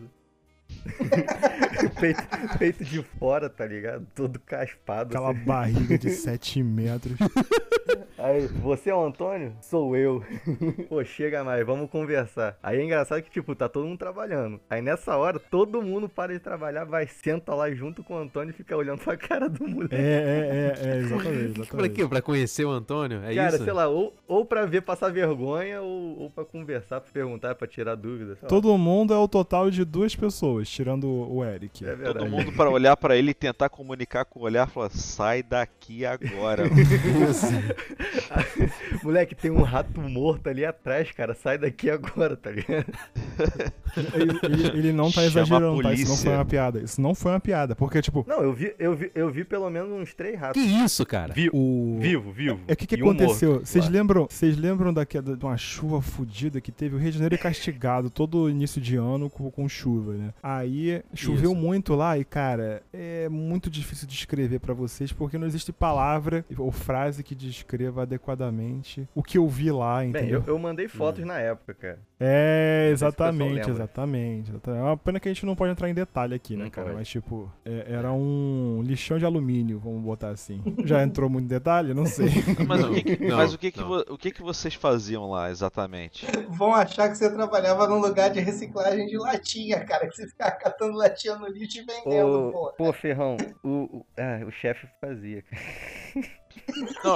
peito, peito de fora, tá ligado? Todo caspado. Aquela assim. barriga de sete metros. Aí, você é o Antônio? Sou eu. Pô, chega mais, vamos conversar. Aí é engraçado que, tipo, tá todo mundo trabalhando. Aí nessa hora, todo mundo para de trabalhar, vai, senta lá junto com o Antônio e fica olhando pra cara do moleque. É, é, é, é, exatamente, Pra exatamente. quê? Pra conhecer o Antônio? É Cara, isso? sei lá, ou, ou pra ver passar vergonha, ou, ou pra conversar, pra perguntar, pra tirar dúvidas. sei lá. Todo mundo é o total de duas pessoas, tirando o Eric. É verdade. Todo mundo para olhar pra ele e tentar comunicar com o olhar, falar, sai daqui. daqui agora. Moleque, tem um rato morto ali atrás, cara. Sai daqui agora, tá ligado? Ele, ele- ele não tá Chama a exagerando, tá? Isso não polícia. foi uma piada. Isso não foi uma piada. Porque, tipo, Não, eu vi, eu vi, eu vi pelo menos uns três Que ratos. isso, cara? Vi- o. Vivo, vivo. É o que, que E um aconteceu? morto Vocês lá. lembram, vocês lembram daquela, de uma chuva fodida que teve? O Rio de Janeiro é castigado todo início de ano com, com chuva, né? Aí choveu Isso. muito lá e, cara, é muito difícil de descrever pra vocês porque não existe palavra ou frase que descreva adequadamente o que eu vi lá, Bem, entendeu? eu, eu mandei fotos na época, cara. É, Não sei se o pessoal exatamente, lembra. exatamente, exatamente. É uma pena que a gente não pode entrar em detalhe aqui, né, Não cara? pode. Mas, tipo, é- era um lixão de alumínio, vamos botar assim. Já entrou muito em detalhe? Não sei. Mas o que, que- Não, mas o que, que, não. vo- o que que vocês faziam lá exatamente? Vão achar que você trabalhava num lugar de reciclagem de latinha, cara. Que você ficava catando latinha no lixo e vendendo, Ô, pô. pô, Ferrão, o, o, ah, o chefe fazia, cara. Não,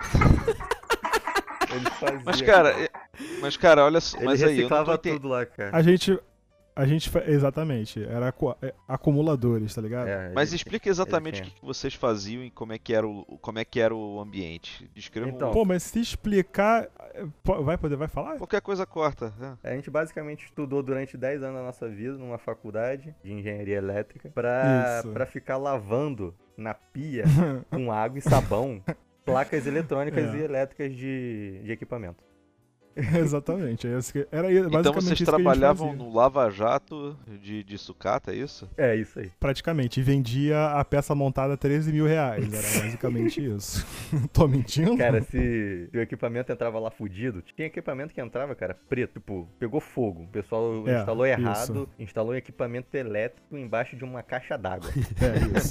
Ele fazia. mas cara, é- mas cara, olha só, ele mas aí eu não tô reciclava enten- tudo lá, cara. A gente. A gente. fa- Exatamente. Era acu- é, acumuladores, tá ligado? É, Mas ele- explica exatamente o ele que, que vocês faziam e como é que era o, como é que era o ambiente. Descreva Então. um- Pô, mas se explicar. é, po- Vai poder, vai falar? qualquer coisa corta. é. A gente basicamente estudou durante dez anos da nossa vida numa faculdade de engenharia elétrica pra, Isso. pra ficar lavando na pia com água e sabão placas eletrônicas É. e elétricas de, de equipamento. Exatamente. é isso que- Era basicamente Então vocês isso que a gente trabalhavam fazia. no lava-jato de, de sucata, é isso? É isso aí. Praticamente. E vendia a peça montada a treze mil reais. Era basicamente isso. Tô mentindo? Cara, se, se o equipamento entrava lá fudido, tinha equipamento que entrava, cara, preto, tipo, pegou fogo. O pessoal É, instalou errado, isso. instalou um equipamento elétrico embaixo de uma caixa d'água. É isso.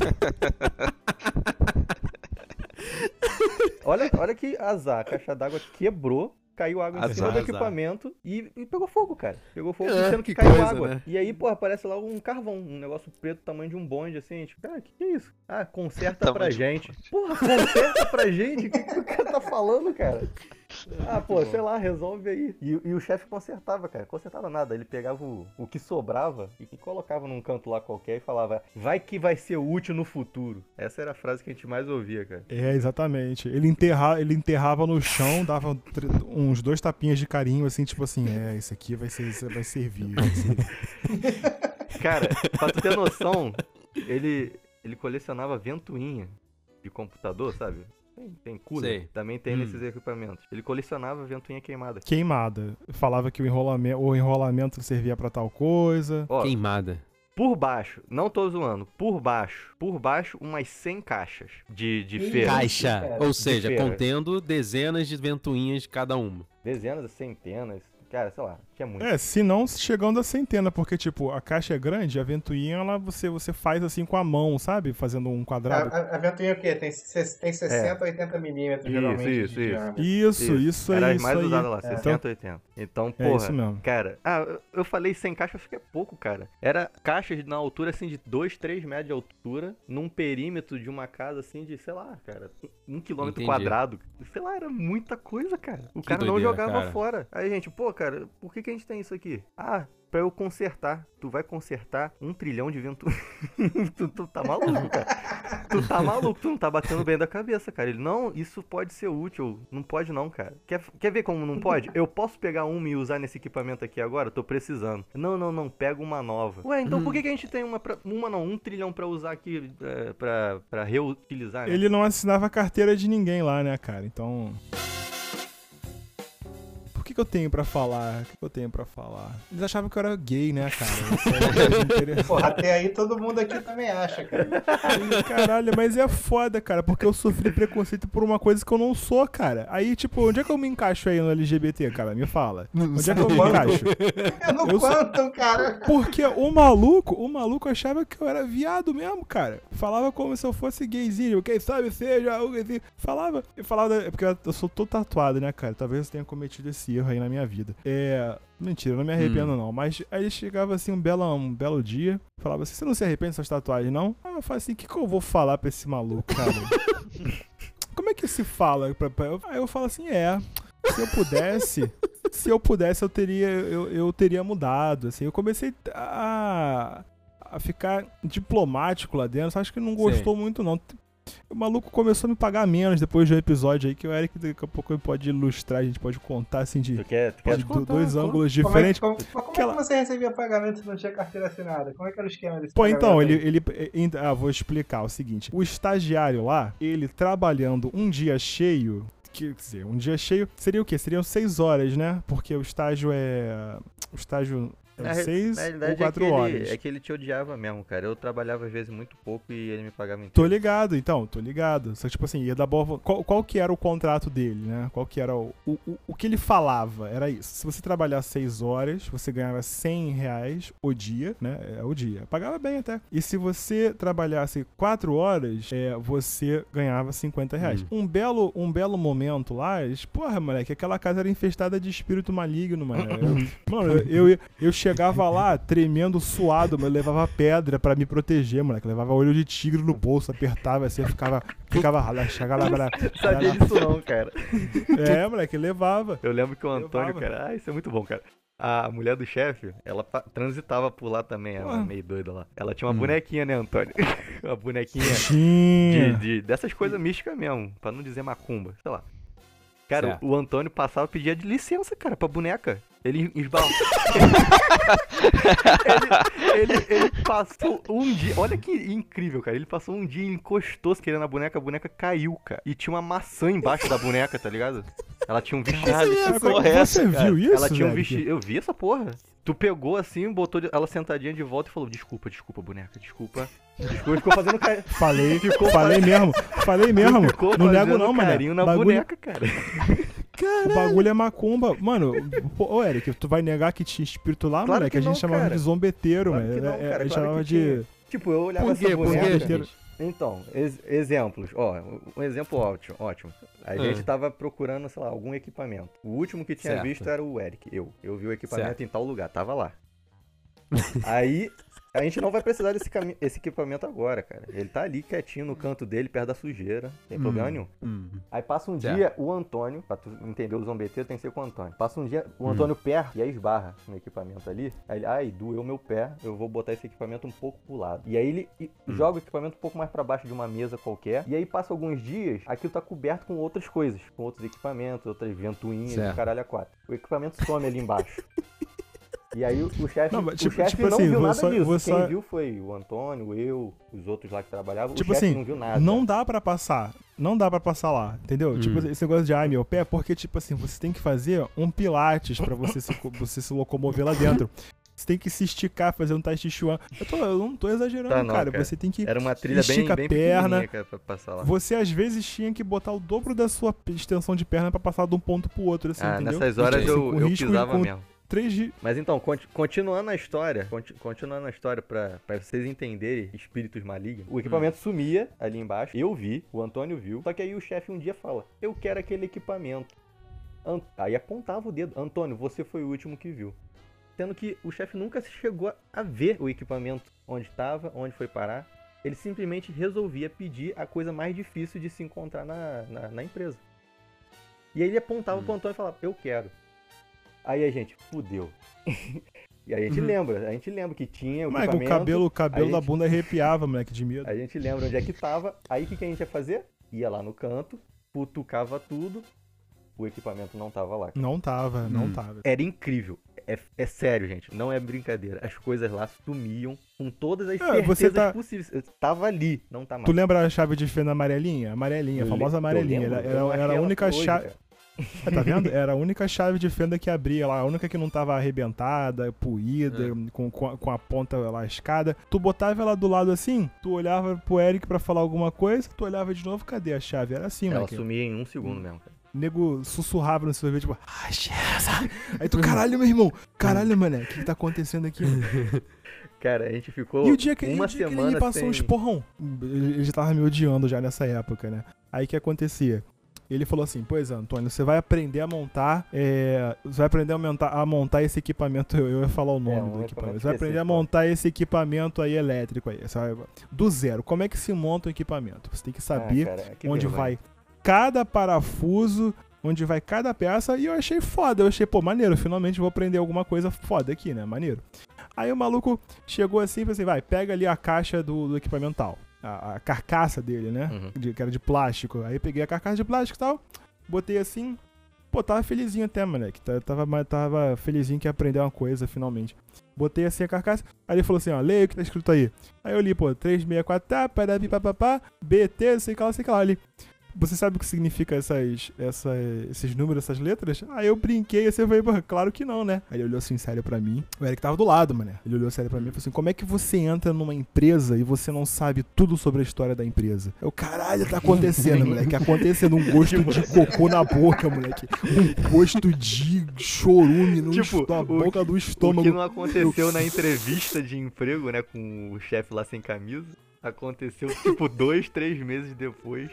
Olha, olha que azar, a caixa d'água quebrou, caiu água em Azar, cima do azar. equipamento e, e pegou fogo, cara. Pegou fogo, É, sendo que, que caiu coisa, água. né? E aí, porra, aparece lá um carvão, um negócio preto, tamanho de um bonde, assim, tipo, cara, que que é isso? Ah, conserta pra Tamanho de um gente. Porra, conserta pra gente? O que, que o cara tá falando, cara? Ah, pô, sei lá, resolve aí. E, e o chefe consertava, cara. Consertava nada. Ele pegava o, o que sobrava e, e colocava num canto lá qualquer e falava, vai que vai ser útil no futuro. Essa era a frase que a gente mais ouvia, cara. É, exatamente. Ele, enterra, ele enterrava no chão, dava tre- uns dois tapinhas de carinho, assim, tipo assim, é, isso aqui vai, ser, isso vai servir. Vai servir. Cara, pra tu ter noção, ele, ele colecionava ventoinha de computador, sabe? Tem, tem cooler, Sei. também tem Hum. nesses equipamentos. Ele colecionava ventoinha queimada. Queimada. Falava que o enrolamento, o enrolamento servia pra tal coisa. Ó, Queimada. por baixo, não tô zoando, por baixo, por baixo, umas cem caixas de, de Que feira. Caixa. cara. Ou seja, feira. contendo dezenas de ventoinhas cada uma. Dezenas, centenas, cara, sei lá, tinha muito. É, se não chegando a centena, porque, tipo, a caixa é grande, a ventoinha, ela, você, você faz assim com a mão, sabe? Fazendo um A, quadrado. a, a ventoinha é o quê? Tem, se- tem sessenta, oitenta milímetros, Isso, geralmente. isso, de isso. diâmetro. Isso, isso aí, Era as isso mais aí. usadas lá, É. sessenta, oitenta. Então, É porra, isso mesmo. cara, ah, eu- eu falei cem caixas, acho que é pouco, cara. Era caixas na altura, assim, de dois, três metros de altura, num perímetro de uma casa, assim, de, sei lá, cara, um quilômetro Entendi. quadrado. Sei lá, era muita coisa, cara. O Que cara não doideira, jogava cara. fora. Aí, gente, pô, cara, por que que a gente tem isso aqui? Ah, pra eu consertar. Tu vai consertar um trilhão de vento. tu, tu tá maluco, cara. Tu tá maluco, tu não tá batendo bem da cabeça, cara. Ele, não, isso pode ser útil. Não pode não, cara. Quer, quer ver como não pode? Eu posso pegar uma e usar nesse equipamento aqui agora? Tô precisando. Não, não, não, pega uma nova. Ué, então por que, que a gente tem uma, pra, uma não, um trilhão pra usar aqui, é, pra, pra reutilizar, né? Ele não assinava carteira de ninguém lá, né, cara? Então. O que, que eu tenho pra falar? O que, que eu tenho pra falar? Eles achavam que eu era gay, né, cara? Isso é uma coisa interessante. Porra, até aí todo mundo aqui também acha, cara. Aí, caralho, mas é foda, cara, porque eu sofri preconceito por uma coisa que eu não sou, cara. Aí, tipo, onde é que eu me encaixo aí no L G B T, cara? Me fala. Onde é que eu me encaixo? É no Eu sou- Quantum, cara. Porque o maluco, o maluco achava que eu era viado mesmo, cara. Falava como se eu fosse gayzinho, quem sabe seja o gayzinho. Falava, eu falava, é porque eu sou todo tatuado, né, cara? Talvez eu tenha cometido esse erro aí na minha vida. É. Mentira, eu não me arrependo não. Mas aí ele chegava assim um belo, um belo dia, falava assim: você não se arrepende dessas tatuagens, não? Aí eu falei assim: o que, que eu vou falar pra esse maluco, cara? Como é que se fala? Pra, pra... Aí eu falo assim: é. Se eu pudesse, se eu pudesse, eu teria, eu, eu teria mudado. Assim, eu comecei a, a ficar diplomático lá dentro. Acho que não gostou muito, não. O maluco começou a me pagar menos depois de um episódio aí, que o Eric daqui a pouco pode ilustrar, a gente pode contar assim de, Tu quer, tu pode, quer do- dois contar, ângulos Como é, diferentes. como, mas como Aquela- é que você recebia pagamento se não tinha carteira assinada? Como é que era o esquema desse Pô, pagamento então, aí? ele, ele, ele- Ah, vou explicar o seguinte. O estagiário lá, ele trabalhando um dia cheio, quer dizer, um dia cheio seria o quê? Seriam seis horas, né? Porque o estágio é... O estágio Na é re- seis na ou realidade quatro é que horas. Ele, é que ele te odiava mesmo, cara. Eu trabalhava às vezes muito pouco e ele me pagava inteiro. Tô ligado, então, tô ligado. Só que, tipo assim, ia dar boa... Qual, qual que era o contrato dele, né? Qual que era o, o... o- O que ele falava era isso. Se você trabalhar seis horas, você ganhava cem reais o dia, né? É o dia. Pagava bem até. E se você trabalhasse quatro horas, é, você ganhava cinquenta reais. Um belo, um belo momento lá, eles, porra, moleque, aquela casa era infestada de espírito maligno, mano. Eu, mano, eu, eu, eu chegava lá tremendo, suado, mas eu levava pedra pra me proteger, moleque. Levava olho de tigre no bolso, apertava assim, eu ficava, ficava lá, chegava lá, Sabia disso não, cara. é, moleque, levava. Eu lembro que o Antônio, Levava. cara, ah, isso é muito bom, cara. A mulher do chefe, ela pa- transitava por lá também, ela Ah. meio doida lá. Ela tinha uma Hum. bonequinha, né, Antônio? Uma bonequinha de, Tinha. de- dessas coisas místicas mesmo, pra não dizer macumba, sei lá. Cara, Certo. o Antônio passava e pedia de licença, cara, pra boneca. Ele esbarrou. ele, ele, ele passou um dia. Olha que incrível, cara. Ele passou um dia e encostou se querendo na boneca, a boneca caiu, cara. E tinha uma maçã embaixo da boneca, tá ligado? Ela tinha um vestido. Caralho, que porra é Você essa, cara? viu isso, Ela tinha um velho? vestido. Eu vi essa porra. Tu pegou assim, botou de- ela sentadinha de volta e falou: Desculpa, desculpa, boneca, desculpa. Desculpa, ficou fazendo carinho. Falei, Ficou falei mesmo. Falei mesmo. Ficou Não nego fazendo não, mano. carinho na Bagulho, boneca, cara. o bagulho é macumba. Mano, pô, ô Eric, tu vai negar que tinha espírito lá, Claro moleque? que A gente não, chamava cara. de zombeteiro, Claro mano. que não, É, cara, a gente claro chamava que de... tinha. Tipo, eu olhava Por essa quê? Por boneca. quê, gente? Então, ex- exemplos. Ó, um exemplo ótimo. ótimo. A Ah. gente tava procurando, sei lá, algum equipamento. O último que tinha Certo. visto era o Eric, eu. Eu vi o equipamento Certo. em tal lugar, tava lá. Aí, a gente não vai precisar desse cami- esse equipamento agora, cara. Ele tá ali quietinho no canto dele, perto da sujeira. Não tem problema nenhum. Hum. Aí passa um Certo. dia, o Antônio, pra tu entender o zombeteiro, tem que ser com o Antônio. Passa um dia, o Antônio pé e aí esbarra no equipamento ali. Aí ele, ai, doeu meu pé, eu vou botar esse equipamento um pouco pro lado. E aí ele e- joga o equipamento um pouco mais pra baixo de uma mesa qualquer. E aí passa alguns dias, aquilo tá coberto com outras coisas, com outros equipamentos, outras ventoinhas, Certo. e caralho a quatro. O equipamento some ali embaixo. E aí o o chefe Não, mas o tipo- chefe tipo não assim, viu vou nada só- disso. vou Quem só- viu foi o Antônio, eu, os outros lá que trabalhavam. Tipo o chefe assim, não viu nada. não dá pra passar. Não dá pra passar lá, entendeu? Hum. Tipo, esse negócio de ai meu pé, porque, tipo assim, você tem que fazer um pilates pra você se, co- você se locomover lá dentro. Você tem que se esticar, fazer um tai chi chuan. Eu, tô- eu não tô exagerando, Tá, não, cara. cara. Você tem que... Era uma trilha bem, estica a bem perna. pequenininha, cara, pra passar lá. Você, às vezes, tinha que botar o dobro da sua extensão de perna pra passar de um ponto pro outro, assim, Ah, entendeu? nessas horas Assim, eu, com eu risco de- pisava com mesmo. Três de... Mas então, conti- continuando a história, conti- continuando a história pra, pra vocês entenderem espíritos malignos, o equipamento sumia ali embaixo, eu vi, o Antônio viu, só que aí o chefe um dia fala, eu quero aquele equipamento. An- aí apontava o dedo, Antônio, você foi o último que viu. Sendo que o chefe nunca chegou a ver o equipamento, onde estava, onde foi parar. Ele simplesmente resolvia pedir a coisa mais difícil de se encontrar na, na, na empresa. E aí ele apontava pro Antônio e falava, eu quero. Aí a gente, fudeu. E aí a gente lembra, a gente lembra que tinha o Mas o equipamento. cabelo, o cabelo a da gente- bunda arrepiava, moleque, de medo. A gente lembra onde é que tava. Aí o que, que a gente ia fazer? Ia lá no canto, futucava tudo, o equipamento não tava lá. Não tava, não Hum. tava. Era incrível. É, é sério, gente. Não é brincadeira. As coisas lá sumiam com todas as É, certezas você tá- possíveis. Eu tava ali, não tá mais. Tu lembra a chave de fenda amarelinha? Amarelinha, a Eu famosa le- eu amarelinha. lembro, Ela- eu Era, não achei era a ela única até hoje, chave. cara. É, tá vendo? Era a única chave de fenda que abria lá, a única que não tava arrebentada, puída, com, com, a, com a ponta lascada. Tu botava ela do lado assim, tu olhava pro Eric pra falar alguma coisa, tu olhava de novo, cadê a chave? Era assim, Ela moleque. sumia em um segundo mesmo, cara. O nego sussurrava no seu ouvido, tipo, ah, Jesus! Aí tu, caralho, meu irmão, caralho, mané, o que, que tá acontecendo aqui? Cara, a gente ficou E o dia que, e uma o dia que ele semana me passou sem... um esporrão? Ele, ele já tava me odiando já nessa época, né? Aí o que acontecia? Ele falou assim, pois é, Antônio, você vai aprender a montar, é, você vai aprender a montar, a montar esse equipamento, eu, eu ia falar o nome É, um do equipamento, equipamento você vai aprender a específico. montar esse equipamento aí elétrico aí, sabe? Do zero. Como é que se monta um equipamento? Você tem que saber Ah, cara, que onde vergonha. vai cada parafuso, onde vai cada peça, e eu achei foda, eu achei, pô, maneiro, finalmente vou aprender alguma coisa foda aqui, né, maneiro. Aí o maluco chegou assim e falou assim, vai, pega ali a caixa do, do equipamento tal. a, a carcaça dele, né? Uhum. De, que era de plástico. Aí peguei a carcaça de plástico e tal, botei assim. Pô, tava felizinho até, moleque. Tava, tava felizinho que ia aprender uma coisa, finalmente. Botei assim a carcaça. Aí ele falou assim, ó, leia o que tá escrito aí. Aí eu li, pô, três seis quatro, tá, parabi, papapá, B T, sei que lá, sei que lá. Ali. Você sabe o que significa essas, essa, esses números, essas letras? Aí eu brinquei assim, eu falei, pô, claro que não, né? Aí ele olhou assim, sério pra mim. O Eric tava do lado, mané. Ele olhou sério pra mim e falou assim, como é que você entra numa empresa e você não sabe tudo sobre a história da empresa? Eu, caralho, tá acontecendo, moleque. Acontecendo um gosto de cocô na boca, moleque. Um gosto de chorume no Tipo, est- na o boca que- do O estômago. que não aconteceu na entrevista de emprego, né, com o chefe lá sem camisa, aconteceu tipo dois, três meses depois.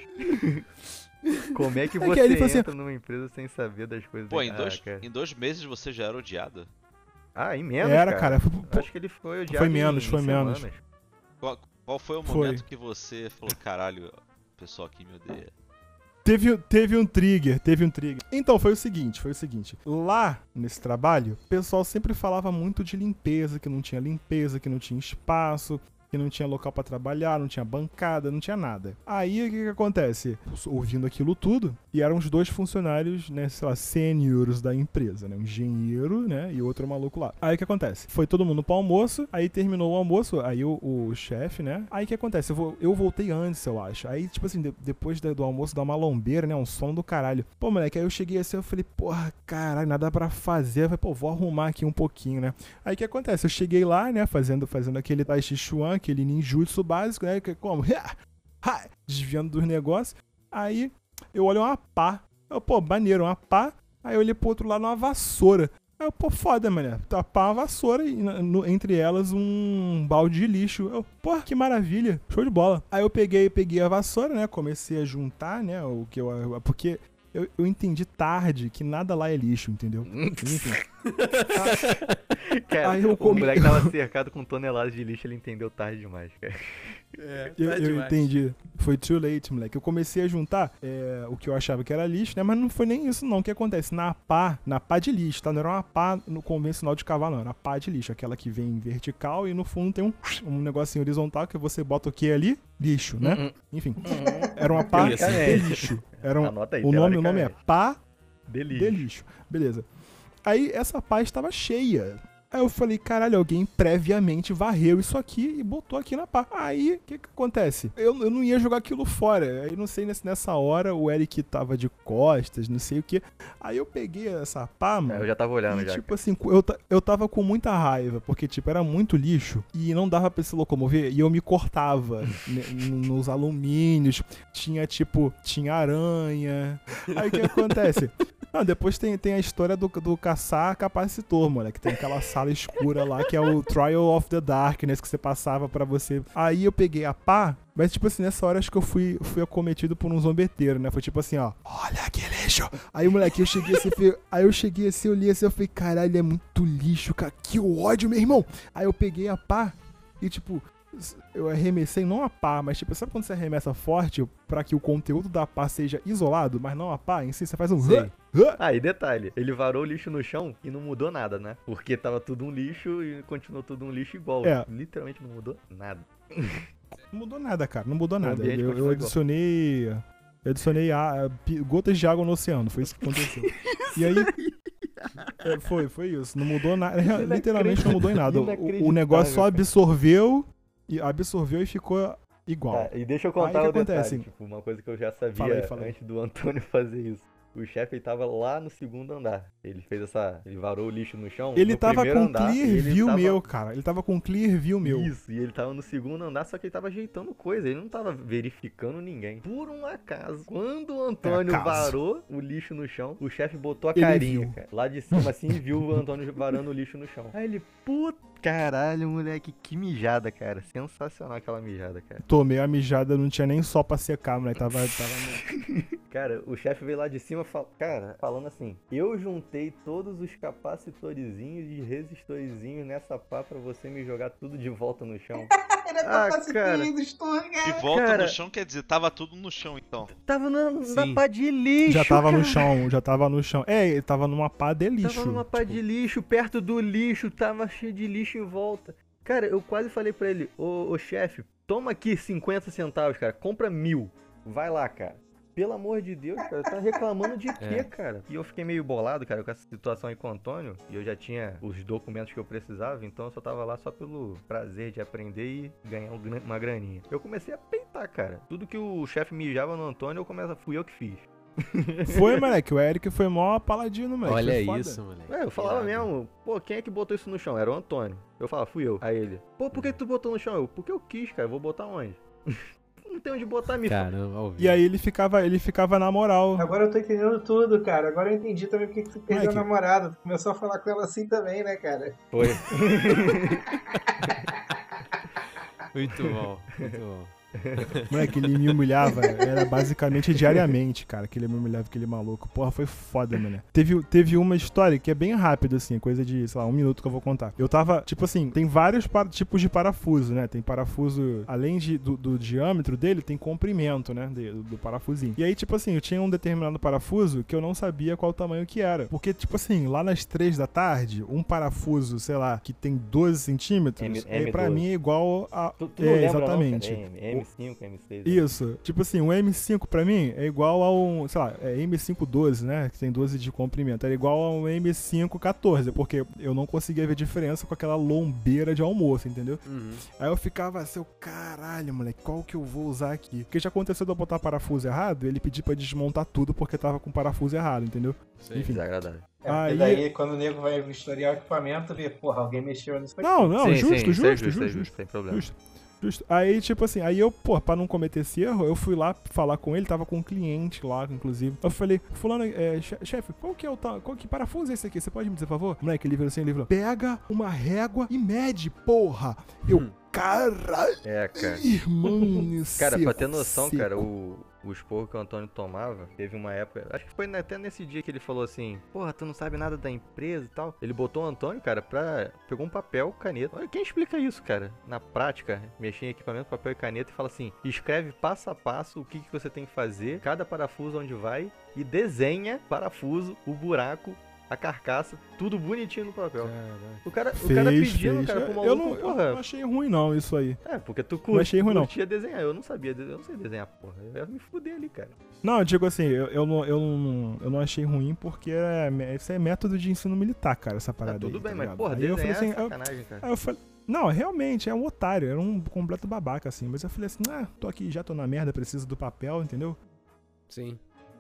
Como é que É que você aí ele falou assim, entra numa empresa sem saber das coisas? Pô, em Ah, dois, cara. em dois meses você já era odiado? Ah, em menos, Era, cara. cara. Foi, pô, Acho que ele foi odiado foi em- menos, em foi menos. semanas. Qual, qual foi o Foi. momento que você falou, caralho, o pessoal aqui me odeia? Teve, teve um trigger, teve um trigger. Então, foi o seguinte, foi o seguinte. Lá, nesse trabalho, o pessoal sempre falava muito de limpeza, que não tinha limpeza, que não tinha espaço, que não tinha local pra trabalhar, não tinha bancada, não tinha nada. Aí, o que que acontece? Ouvindo aquilo tudo, e eram os dois funcionários, né, sei lá, sêniores da empresa, né, um engenheiro, né, e outro maluco lá. Aí, o que acontece? Foi todo mundo pro almoço, aí terminou o almoço, aí o, o chefe, né, aí o que acontece? Eu, vou, eu voltei antes, eu acho. Aí, tipo assim, de- depois da- do almoço dá uma lombeira, né, um sono do caralho. Pô, moleque, aí eu cheguei assim, eu falei, porra, caralho, nada pra fazer. Eu falei, pô, vou arrumar aqui um pouquinho, né. Aí, o que acontece? Eu cheguei lá, né, fazendo, fazendo aquele Tai Chi Chuan, aquele ninjutsu básico, né, que é como? Desviando dos negócios. Aí, eu olho uma pá. Eu, pô, maneiro, uma pá. Aí eu olhei pro outro lado, uma vassoura. Aí eu, pô, foda, mané. Tá pá, uma vassoura e na- no- entre elas um balde de lixo. Eu, pô, que maravilha. Show de bola. Aí eu peguei, peguei a vassoura, né, comecei a juntar, né, o que eu... Porque eu, eu entendi tarde que nada lá é lixo, entendeu? Mas, enfim. Cara, Aí eu o come- moleque tava cercado com toneladas de lixo, ele entendeu tarde demais, cara. É, Eu, tá eu demais. entendi. Foi too late, moleque. Eu comecei a juntar é, o que eu achava que era lixo, né? Mas não foi nem isso, não. O que acontece? Na pá, na pá de lixo, tá? Não era uma pá no convencional de cavalo, não. Era uma pá de lixo. Aquela que vem vertical e no fundo tem um, um negocinho horizontal que você bota o que ali? Lixo, né? Uhum. Enfim. Era uma pá de Teoricamente. lixo. Era um, Anota aí, o, nome, o nome é teoricamente. pá Delícia. de lixo. Beleza. Aí essa pá estava cheia. Aí eu falei, caralho, alguém previamente varreu isso aqui e botou aqui na pá. Aí, o que que acontece? Eu, eu não ia jogar aquilo fora. Aí, não sei, nesse- nessa hora, o Eric tava de costas, não sei o que. Aí eu peguei essa pá, É, mano. eu já tava olhando E, já. tipo assim, eu, ta- eu tava com muita raiva, porque, tipo, era muito lixo e não dava pra se locomover e eu me cortava ne- n- nos alumínios. Tinha, tipo, tinha aranha. Aí o que acontece? Não, depois tem, tem a história do, do caçar capacitor, moleque. Tem aquela sala escura lá que é o Trial of the Darkness que você passava pra você. Aí eu peguei a pá, mas tipo assim, nessa hora acho que eu fui, fui acometido por um zombeteiro, né? Foi tipo assim, ó. Olha que lixo! Aí, moleque, eu cheguei assim, fui- aí eu cheguei assim, eu li assim, eu falei, caralho, é muito lixo, cara. Que ódio, meu irmão! Aí eu peguei a pá e tipo. Eu arremessei não a pá, mas tipo, sabe quando você arremessa forte pra que o conteúdo da pá seja isolado, mas não a pá em si? Você faz um... Sim. Ah, e detalhe, ele varou o lixo no chão e não mudou nada, né? Porque tava tudo um lixo e continuou tudo um lixo igual. É. Literalmente não mudou nada. Não mudou nada, cara. Não mudou nada. ambiente Eu, eu continuou igual. adicionei. Eu adicionei a, pi- gotas de água no oceano. Foi isso que aconteceu. E aí. é, foi, foi isso. Não mudou nada. Literalmente não mudou em nada. O, o negócio só absorveu e absorveu e ficou igual. Tá, e deixa eu Aí contar que o detalhe, acontece? tipo, uma coisa que eu já sabia Fala aí, fala aí. antes do Antônio fazer isso. O chefe ele tava lá no segundo andar. Ele fez essa. Ele varou o lixo no chão. Ele no tava primeiro com andar, clear e ele view tava- meu, cara. Ele tava com clear view meu. Isso, e ele tava no segundo andar, só que ele tava ajeitando coisa, ele não tava verificando ninguém. Por um acaso, quando o Antônio É, acaso. varou o lixo no chão, o chefe botou a Ele carinha, viu. cara, lá de cima assim e viu o Antônio varando o lixo no chão. Aí ele, puta, caralho, moleque, que mijada, cara. Sensacional aquela mijada, cara. Tomei a mijada, não tinha nem só pra secar, moleque. Tava. tava... Cara, o chefe veio lá de cima, fal... cara, falando assim, eu juntei todos os capacitorizinhos e resistorzinhos nessa pá pra você me jogar tudo de volta no chão. Ele é Ah, capacitado, estou, De cara. volta Cara- no chão quer dizer, tava tudo no chão então. Tava na, na Sim. pá de lixo, Já tava no cara. chão, já tava no chão. É, ele tava numa pá de lixo. Tava numa pá tipo, de lixo, perto do lixo, tava cheio de lixo em volta. Cara, eu quase falei pra ele, ô, ô chefe, Toma aqui cinquenta centavos, cara. Compra mil. Vai lá, cara. Pelo amor de Deus, cara, tá reclamando de quê, É. cara? E eu fiquei meio bolado, cara, com essa situação aí com o Antônio. E eu já tinha os documentos que eu precisava, então eu só tava lá só pelo prazer de aprender e ganhar um gran- uma graninha. Eu comecei a peitar, cara. Tudo que o chefe mijava no Antônio, eu começo, fui eu que fiz. Foi, moleque. O Eric foi mó paladino, moleque. Olha foi foda. isso, moleque. É, eu falava Irado. mesmo, pô, quem é que botou isso no chão? Era o Antônio. Eu falava, fui eu. Aí ele, pô, por que tu botou no chão? Eu, porque eu quis, cara, eu vou botar onde? Não tem onde botar, me fala. Caramba, ao E vivo. aí ele ficava, ele ficava na moral. Agora eu tô entendendo tudo, cara. Agora eu entendi também porque que tu perdeu a Mike. namorada. Tu começou a falar com ela assim também, né, cara? Foi. Muito bom, muito bom. Moleque, ele me humilhava, era basicamente diariamente, cara, que ele me humilhava, aquele maluco. Porra, foi foda, mano. Teve, teve uma história que é bem rápida, assim, coisa de, sei lá, um minuto que eu vou contar. Eu tava, tipo assim, tem vários pa- tipos de parafuso, né? Tem parafuso, além de, do, do diâmetro dele, tem comprimento, né? de- do, do parafusinho. E aí, tipo assim, eu tinha um determinado parafuso que eu não sabia qual tamanho que era. Porque, tipo assim, lá nas três da tarde, um parafuso, sei lá, que tem doze centímetros, M- é, pra M doze. mim é igual a... Tu, tu é, não lembra, exatamente. não, cara? É M, M5, M seis. Isso. Tipo assim, um M cinco pra mim é igual a um, sei lá, é M cinco doze, né? Que tem doze de comprimento. Era igual a um M cinco quatorze, porque eu não conseguia ver diferença com aquela lombeira de almoço, entendeu? Uhum. Aí eu ficava assim, eu, caralho, moleque, qual que eu vou usar aqui? Porque já aconteceu de eu botar parafuso errado, ele pediu pra desmontar tudo porque tava com parafuso errado, entendeu? Sei. Enfim. Desagradável. É, Aí- porque daí, quando o nego vai historiar o equipamento, vê, porra, alguém mexeu nisso aqui. Não, não, Sim, justo, sim, isso justo, é justo, justo, é justo, justo, sem problema. Justo. Justo. Aí, tipo assim, aí eu, pô, pra não cometer esse erro, eu fui lá falar com ele, tava com um cliente lá, inclusive. Eu falei, fulano, é, che- chefe, qual que é o tal, qual que parafuso é esse aqui? Você pode me dizer, por favor? Moleque, ele virou assim, ele falou, pega uma régua e mede, porra. Eu, Hum. caralho, É, cara. irmão, Cara, pra seco, ter noção, seco. cara, o, o esporro que o Antônio tomava, teve uma época, acho que foi até nesse dia que ele falou assim, porra, tu não sabe nada da empresa e tal. Ele botou o Antônio, cara, pra... pegou um papel, caneta. Olha, quem explica isso, cara? Na prática, mexer em equipamento, papel e caneta e fala assim, escreve passo a passo o que, que você tem que fazer, cada parafuso onde vai, e desenha parafuso, o buraco, a carcaça, tudo bonitinho no papel. O cara, o cara Fez, pedindo, fez. cara, pro eu, maluco, não, eu porra... não achei ruim não, isso aí. É, porque tu Não achei ruim, não. curtia desenhar. Eu não sabia, eu não sei desenhar, porra. Eu ia me fuder ali, cara. Não, eu digo assim, eu, eu, não, eu, não, eu não achei ruim porque é, isso é método de ensino militar, cara, essa Ah, parada tudo aí, bem, tá mas, ligado? porra, Aí eu desenhar falei é assim, eu- sacanagem, cara. Aí eu falei, não, realmente, é um otário, era um completo babaca, assim. Mas eu falei assim, ah, tô aqui, já tô na merda, preciso do papel, entendeu? Sim.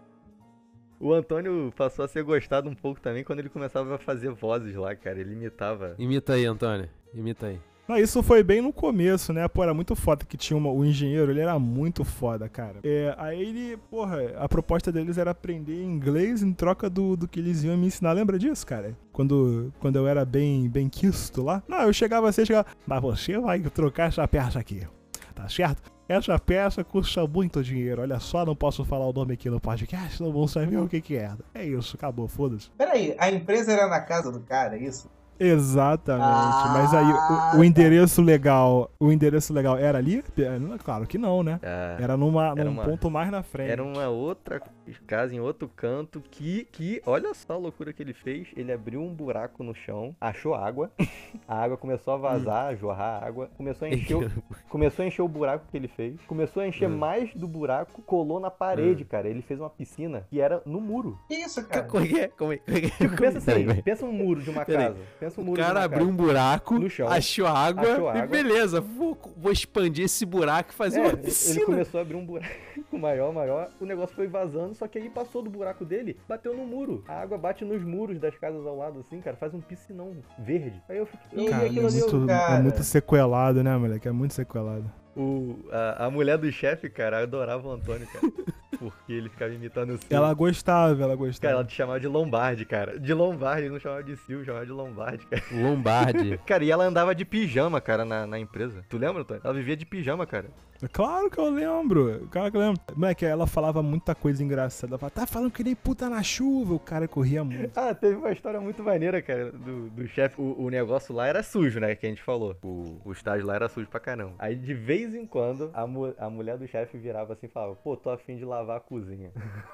O Antônio passou a ser gostado um pouco também quando ele começava a fazer vozes lá, cara. Ele imitava. Imita aí, Antônio. Imita aí. Não, isso foi bem no começo, né? Pô, era muito foda que tinha uma, o engenheiro, ele era muito foda, cara. É, aí ele, porra, a proposta deles era aprender inglês em troca do, do que eles iam me ensinar. Lembra disso, cara? Quando, quando eu era bem, bem quisto lá. Não, eu chegava assim, eu chegava, mas você vai trocar essa peça aqui, tá certo? Essa peça custa muito dinheiro. Olha só, não posso falar o nome aqui no podcast, não vão saber o que que é. É isso, acabou, foda-se. Peraí, a empresa era na casa do cara, é isso? Exatamente, Ah, mas aí o, o tá. endereço legal, o endereço legal era ali? É, não- Claro que não, né? ah, Era numa, Era num uma- ponto mais na frente. Era uma outra casa em outro canto que, que, olha só a loucura que ele fez. Ele abriu um buraco no chão, achou água, a água começou a vazar, a jorrar água, começou a encher, o, começou a encher o buraco que ele fez, começou a encher Hum. mais do buraco, colou na parede, cara. Ele fez uma piscina que era no muro. Que isso, cara? Como é que é? Como é como é que é? Tipo, pensa assim, Peraí, peraí. pensa um muro de uma Peraí. casa. Pensa um O muro de cara uma abriu casa. um buraco, no chão. achou água, Achou e água. beleza, vou, vou expandir esse buraco e fazer É, uma ele piscina. começou a abrir um buraco maior, maior, o negócio foi vazando, só que aí passou do buraco dele, bateu no muro. A água bate nos muros das casas ao lado, assim, cara, faz um piscinão verde. Aí eu fiquei, eu vi Cara, é aquilo ali, eu- muito, cara. é muito sequelado, né, moleque? É muito sequelado. o, a, a mulher do chefe, cara, adorava o Antônio, cara, porque ele ficava imitando o Silvio. Ela gostava, ela Cara, gostava. ela te chamava de Lombardi, cara. De Lombardi, ele não chamava de Silvio, chamava de Lombardi, cara. Lombardi. Cara, e ela andava de pijama, cara, na, na empresa. Tu lembra, Antônio? Ela vivia de pijama, cara. Claro que eu lembro. Claro que eu lembro. Moleque, ela falava muita coisa engraçada. Ela falava, tá falando que nem puta na chuva. O cara corria muito. Ah, teve uma história muito maneira, cara, do, do chefe. O, o negócio lá era sujo, né, que a gente falou. O, o estágio lá era sujo pra caramba. Aí, de vez em quando, a, mu a mulher do chefe virava assim e falava, pô, tô afim de lavar a cozinha.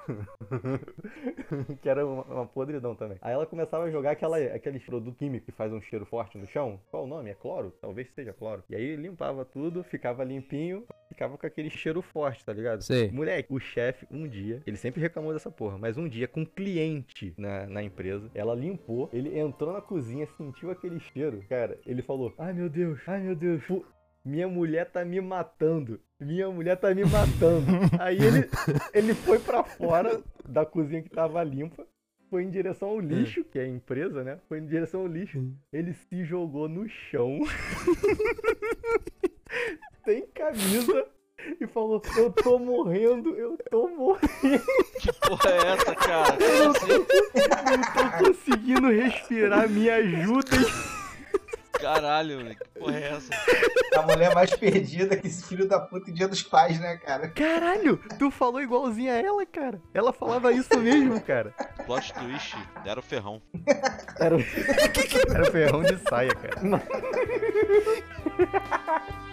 Que era uma, uma podridão também. Aí ela começava a jogar aquela, aqueles produtos químicos que faz um cheiro forte no chão. Qual o nome? É cloro? Talvez seja cloro. E aí limpava tudo, ficava limpinho, ficava com aquele cheiro forte, tá ligado? Sei. Moleque, o chefe, um dia, ele sempre reclamou dessa porra, mas um dia, com um cliente na, na empresa, ela limpou, ele entrou na cozinha, sentiu aquele cheiro, cara, ele falou, ai meu Deus, ai meu Deus, fu- minha mulher tá me matando, minha mulher tá me matando. Aí ele, ele foi pra fora da cozinha que tava limpa, foi em direção ao lixo, que é a empresa, né? Foi em direção ao lixo. Ele se jogou no chão, sem camisa, e falou, eu tô morrendo, eu tô morrendo. Que porra é essa, cara? Eu não tô, eu não tô conseguindo respirar, me ajudem. Caralho, moleque. Que porra é essa? A mulher mais perdida que esse filho da puta em Dia dos Pais, né, cara? Caralho, tu falou igualzinho a ela, cara. Ela falava isso mesmo, cara. Plot twist, deram o ferrão. Era, o- era o ferrão de saia, cara.